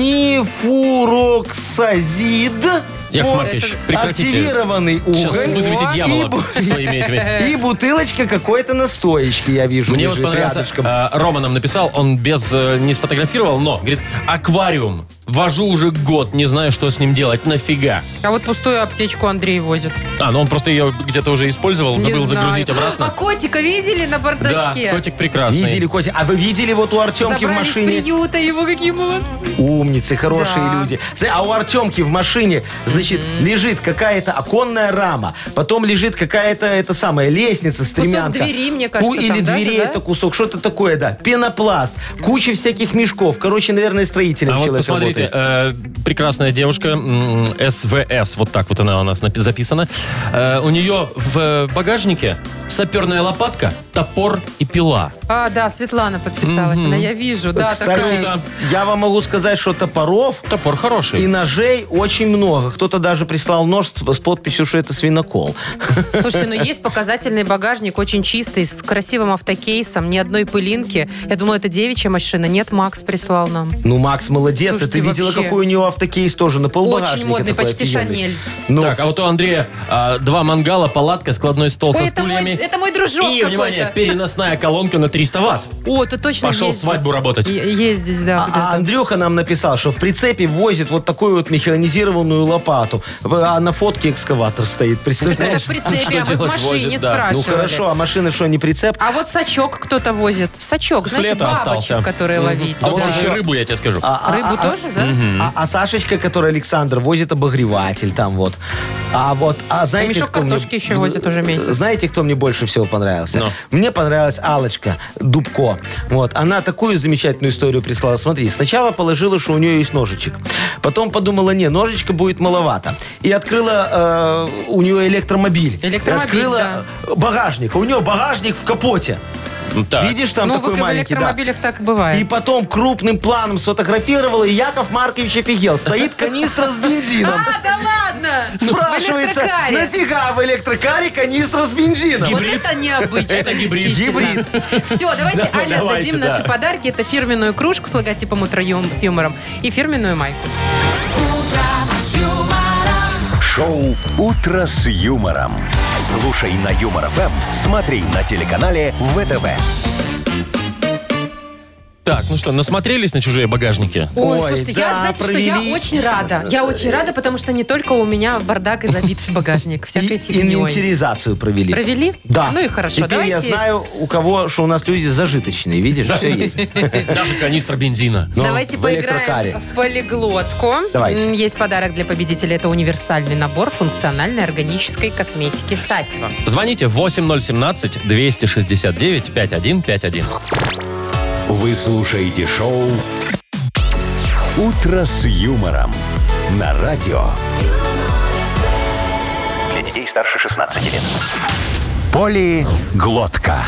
Нифуроксазид. Яков Вот. Маркович, прекратите. Активированный Сейчас уголь. вызовите Вот. дьявола И бу- своими этими. И бутылочка какой-то настоечки, я вижу, Мне вот лежит понравился, рядышком. э, Рома нам написал, он без, э, не сфотографировал, но, говорит, аквариум. Вожу уже год, не знаю, что с ним делать, нафига. А вот пустую аптечку Андрей возит. А, ну он просто ее где-то уже использовал, Не забыл знаю. загрузить А обратно. котика видели на Да, бардачке? котик прекрасный. Видели, Котя? А вы видели вот у Артемки в Забрали с машине? приюта его, какие молодцы. Умницы, хорошие Да. люди. Зна- А у Артемки в машине, значит, лежит какая-то оконная рама, потом лежит какая-то, это самая, лестница, стремянка. двери, мне кажется, Ку- Или там даже, дверей да? это кусок, что-то такое, да. Пенопласт, куча всяких мешков. Короче, наверное, строительный А вот человек посмотрите, работает. э, прекрасная девушка, м, СВС, вот так вот она у нас напи- записана. Э, у нее в э, багажнике саперная лопатка, топор и пила. А, да, Светлана подписалась. Она, я вижу, да, Кстати, такая. да. я вам могу сказать, что топоров Топор хороший. и ножей очень много. Кто-то даже прислал нож с, с подписью, что это свинокол. Слушайте, ну есть показательный багажник, очень чистый, с красивым автокейсом, ни одной пылинки. Я думала, это девичья машина. Нет, Макс прислал нам. Ну, Макс молодец. Слушайте, Ты видела, вообще. какой у него автокейс тоже на полбагажника? Очень модный, такой почти офигенный. Шанель. Ну, Так, а вот у Андрея а, два мангала, палатка, складной стол Ой, со это мой, стульями. это мой дружок И, внимание, какой-то. переносная колонка на триста ватт. О, ты точно Пошел ездить. свадьбу работать. Е- Ездить, да, А, а где-то. Андрюха нам написал, что в прицепе возит вот такую вот механизированную лопату. А на фотке экскаватор стоит, Это представляешь? в прицепе, а вы в делать машине возят, да. спрашивали. Ну хорошо, а машина что, не прицеп? А вот сачок кто-то возит. Сачок, С знаете, лета бабочек, остался. которые ловить. А вот да. еще рыбу, я тебе скажу. А, а- Рыбу а- тоже, да? А, а Сашечка, который Александр, возит обогреватель там вот. А вот, а знаете, мешок кто мне- картошки еще возит уже месяц. Знаете, кто мне больше всего понравился? Ну. Мне понравилась Алочка Дубко. Вот, она такую замечательную историю прислала. Смотри, сначала положила, что у нее есть ножичек. Потом подумала, не, ножичка будет маловато. И открыла э, у нее электромобиль. Электромобиль, И открыла да. багажник. У нее багажник в капоте. Так. Видишь, там Ну, такой в маленький, да. электромобилях так бывает. И потом крупным планом сфотографировала, и Яков Маркович офигел. Стоит канистра с бензином. А, да ладно! Спрашивается, В электрокаре. нафига в электрокаре канистра с бензином? Вот это необычно. Это гибрид. действительно. Все, давайте Да, Але давайте, отдадим да. наши подарки. Это фирменную кружку с логотипом «Утро ю- с юмором» и фирменную майку. Шоу «Утро с юмором». Слушай на Юмор ФМ, смотри на телеканале ВТВ. Так, ну что, насмотрелись на чужие багажники? Ой, Ой, слушайте, да, я, знаете, что я провели. очень рада. Я очень рада, потому что не только у меня бардак и забит в багажник И всякой фигней. инвентаризацию провели. Провели? Да. Ну и хорошо. Теперь Давайте. я знаю, у кого, что у нас люди зажиточные. Видишь, все есть. Даже канистра бензина. Но Давайте в электрокаре. поиграем в полиглотку. Давайте. М, Есть подарок для победителя. Это универсальный набор функциональной органической косметики «Сатева». Звоните восемь ноль семнадцать двести шестьдесят девять пятьдесят один пятьдесят один. Вы слушаете шоу «Утро с юмором» на радио. Для детей старше шестнадцати лет. Полиглотка.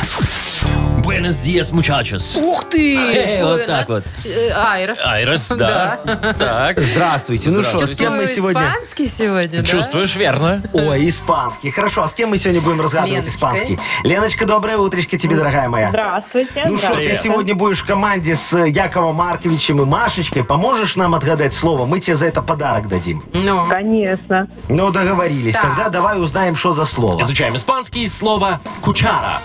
Buenos dias, muchachos. Ух ты! Эй, Ой, вот у так нас, вот. э, Айрос. Айрес, да. Так. Здравствуйте. Ну что, с кем мы Чувствую сегодня? испанский сегодня, да? Чувствуешь, верно? Ой, испанский. Хорошо, а с кем мы сегодня будем разгадывать Леночкой. испанский? Леночка, доброе утречко тебе, дорогая моя. Здравствуйте. Ну что, ты сегодня будешь в команде с Яковом Марковичем и Машечкой. Поможешь нам отгадать слово? Мы тебе за это подарок дадим. Ну, Конечно. Ну, договорились. Так. Тогда давай узнаем, что за слово. Изучаем испанский. Слово кучара.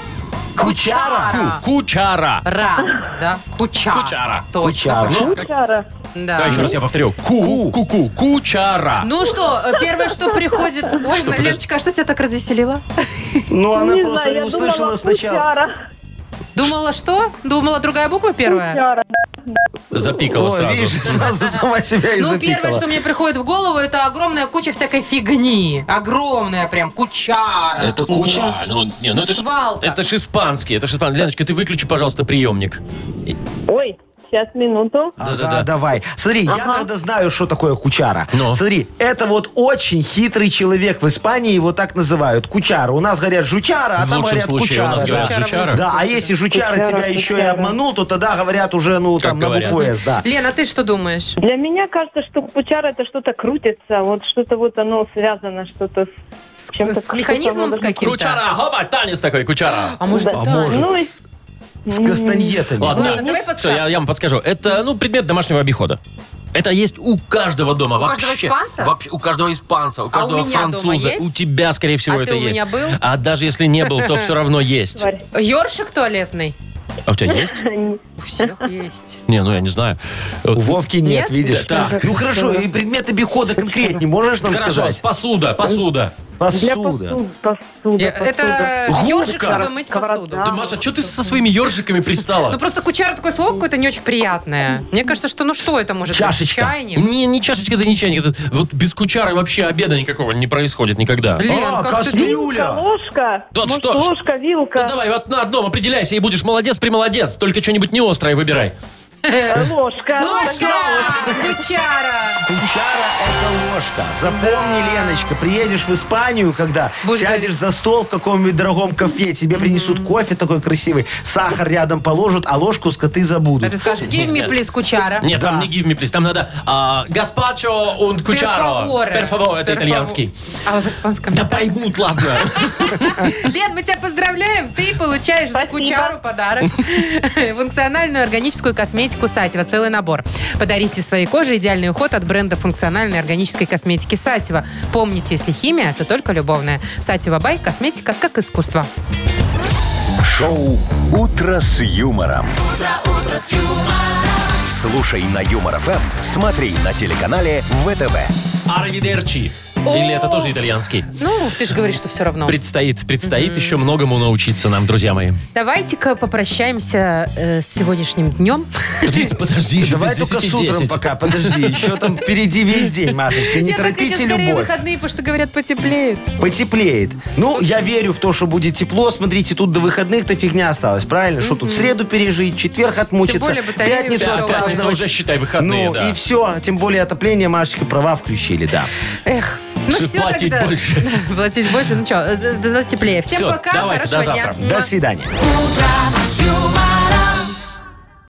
Кучара. Ку- Кучара. Ра, да? Кучара. Кучара. Точно. Кучара. Кучара. Ну, как- Чара. Да. Давай еще раз я повторю. Ку, ку, ку, кучара. Ну что, э, первое, что приходит... Ой, Что, подожди. Леночка, а что тебя так развеселило? Ну, она Не просто знаю, не я услышала думала, сначала. Кучара. Думала, что? Думала, другая буква первая? Кучара. Запикала Ой, сразу. видишь, сразу сама себя и Ну, запикала. первое, что мне приходит в голову, это огромная куча всякой фигни. Огромная прям, кучара. Это куча? А, ну, не, ну это ж, Свалка. это ж испанский, это ж испанский. Леночка, ты выключи, пожалуйста, приемник. Ой, сейчас, минуту. Ага, Да-да-да. давай. Смотри, я тогда знаю, что такое кучара. Ну? Смотри, это вот очень хитрый человек в Испании, его так называют. Кучара. У нас говорят жучара, а В там лучшем говорят случае у кучара. нас да. говорят Кучара жучара. Да, а если жучара Кучара, тебя еще и кучара. обманул, то тогда говорят уже, ну, там, на говорят? букву «С», да. Лена, ты что думаешь? Для меня кажется, что кучара это что-то крутится, вот что-то вот оно связано, что-то с С, чем-то. с механизмом с что-то каким-то? Кучара, хоба, танец такой, кучара. А может, Да. это... А может, Ну, и- с, с кастаньетами. Ладно, Ладно, давай все, подсказку. я, я вам подскажу. Это, ну, предмет домашнего обихода. Это есть у каждого дома. У каждого вообще. испанца? Вообще, у каждого испанца, у каждого у меня дома француза. есть? У тебя, скорее всего, А это ты у есть. меня был? А даже если не был, то все равно есть. тварь. Ёршик туалетный? А у тебя есть? У всех есть. Не, ну я не знаю. У Вовки нет, Нет? видишь? Да, так. Ну хорошо, и предмет обихода конкретнее можешь нам Хорошо, сказать? посуда, посуда. Для Посуда. посуды. Посуда, Э, посуда. Это Губка. ёршик, чтобы мыть Сковорода. посуду. Ты, Маша, что ты со своими ежиками пристала? Ну просто кучара такое слово какое-то не очень приятное. Мне кажется, что ну что это может быть? Чашечка. Чайник? Не, не чашечка, это не чайник. Это вот без кучары вообще обеда никакого не происходит никогда. Лен, А, как ты кастрюля. Ложка. Вот Может, что ж. ложка, вилка. Ну давай, вот на одном определяйся и будешь молодец, примолодец. Только что-нибудь не острое выбирай. Э, Ложка. Ложка! Кучара! Кучара – это ложка. Запомни, Леночка, приедешь в Испанию, когда Будешь сядешь за стол в каком-нибудь дорогом кафе, тебе принесут кофе такой красивый, сахар рядом положат, а ложку скоты А забудут. ты скажешь, give me please кучара. Нет, там Да. не give me please, там надо а, гаспачо und кучаро. Per Перфаво, это Per итальянский. favore. А в испанском? Да поймут, ладно. Лен, мы тебя поздравляем. Ты получаешь за Спасибо. кучару подарок. Функциональную органическую косметику Сатева. Целый набор. Подарите своей коже идеальный уход от бренда функциональной органической косметики Сатева. Помните, если химия, то только любовная. Сатева Бай. Косметика как искусство. Шоу «Утро с юмором». Слушай на Юмор ФМ, смотри на телеканале ВТВ. Аривидерчи. Или это тоже итальянский? Ну, ты же говоришь, что все равно. Предстоит, предстоит еще многому научиться нам, друзья мои. Давайте-ка попрощаемся э, с сегодняшним днем. Подожди, еще Давай без только десяти с утром десять. пока, подожди, еще там впереди весь день, Машечка, не Я так хочу торопите скорее любовь. выходные, потому что, говорят, потеплеет. Потеплеет. Ну, я верю в то, что будет тепло. Смотрите, тут до выходных-то фигня осталась, правильно? Что тут среду пережить, четверг отмучиться, Тем более батарею пятницу всё Да, пятница отпраздновать. уже, считай, выходные, Ну, да. и все. Тем более отопление, Машечка, права включили, да. Эх, ну Что все платить тогда. больше. Платить больше, ну что, теплее. Всем Всё, пока, давайте, хорошего до дня. завтра. До свидания. Утро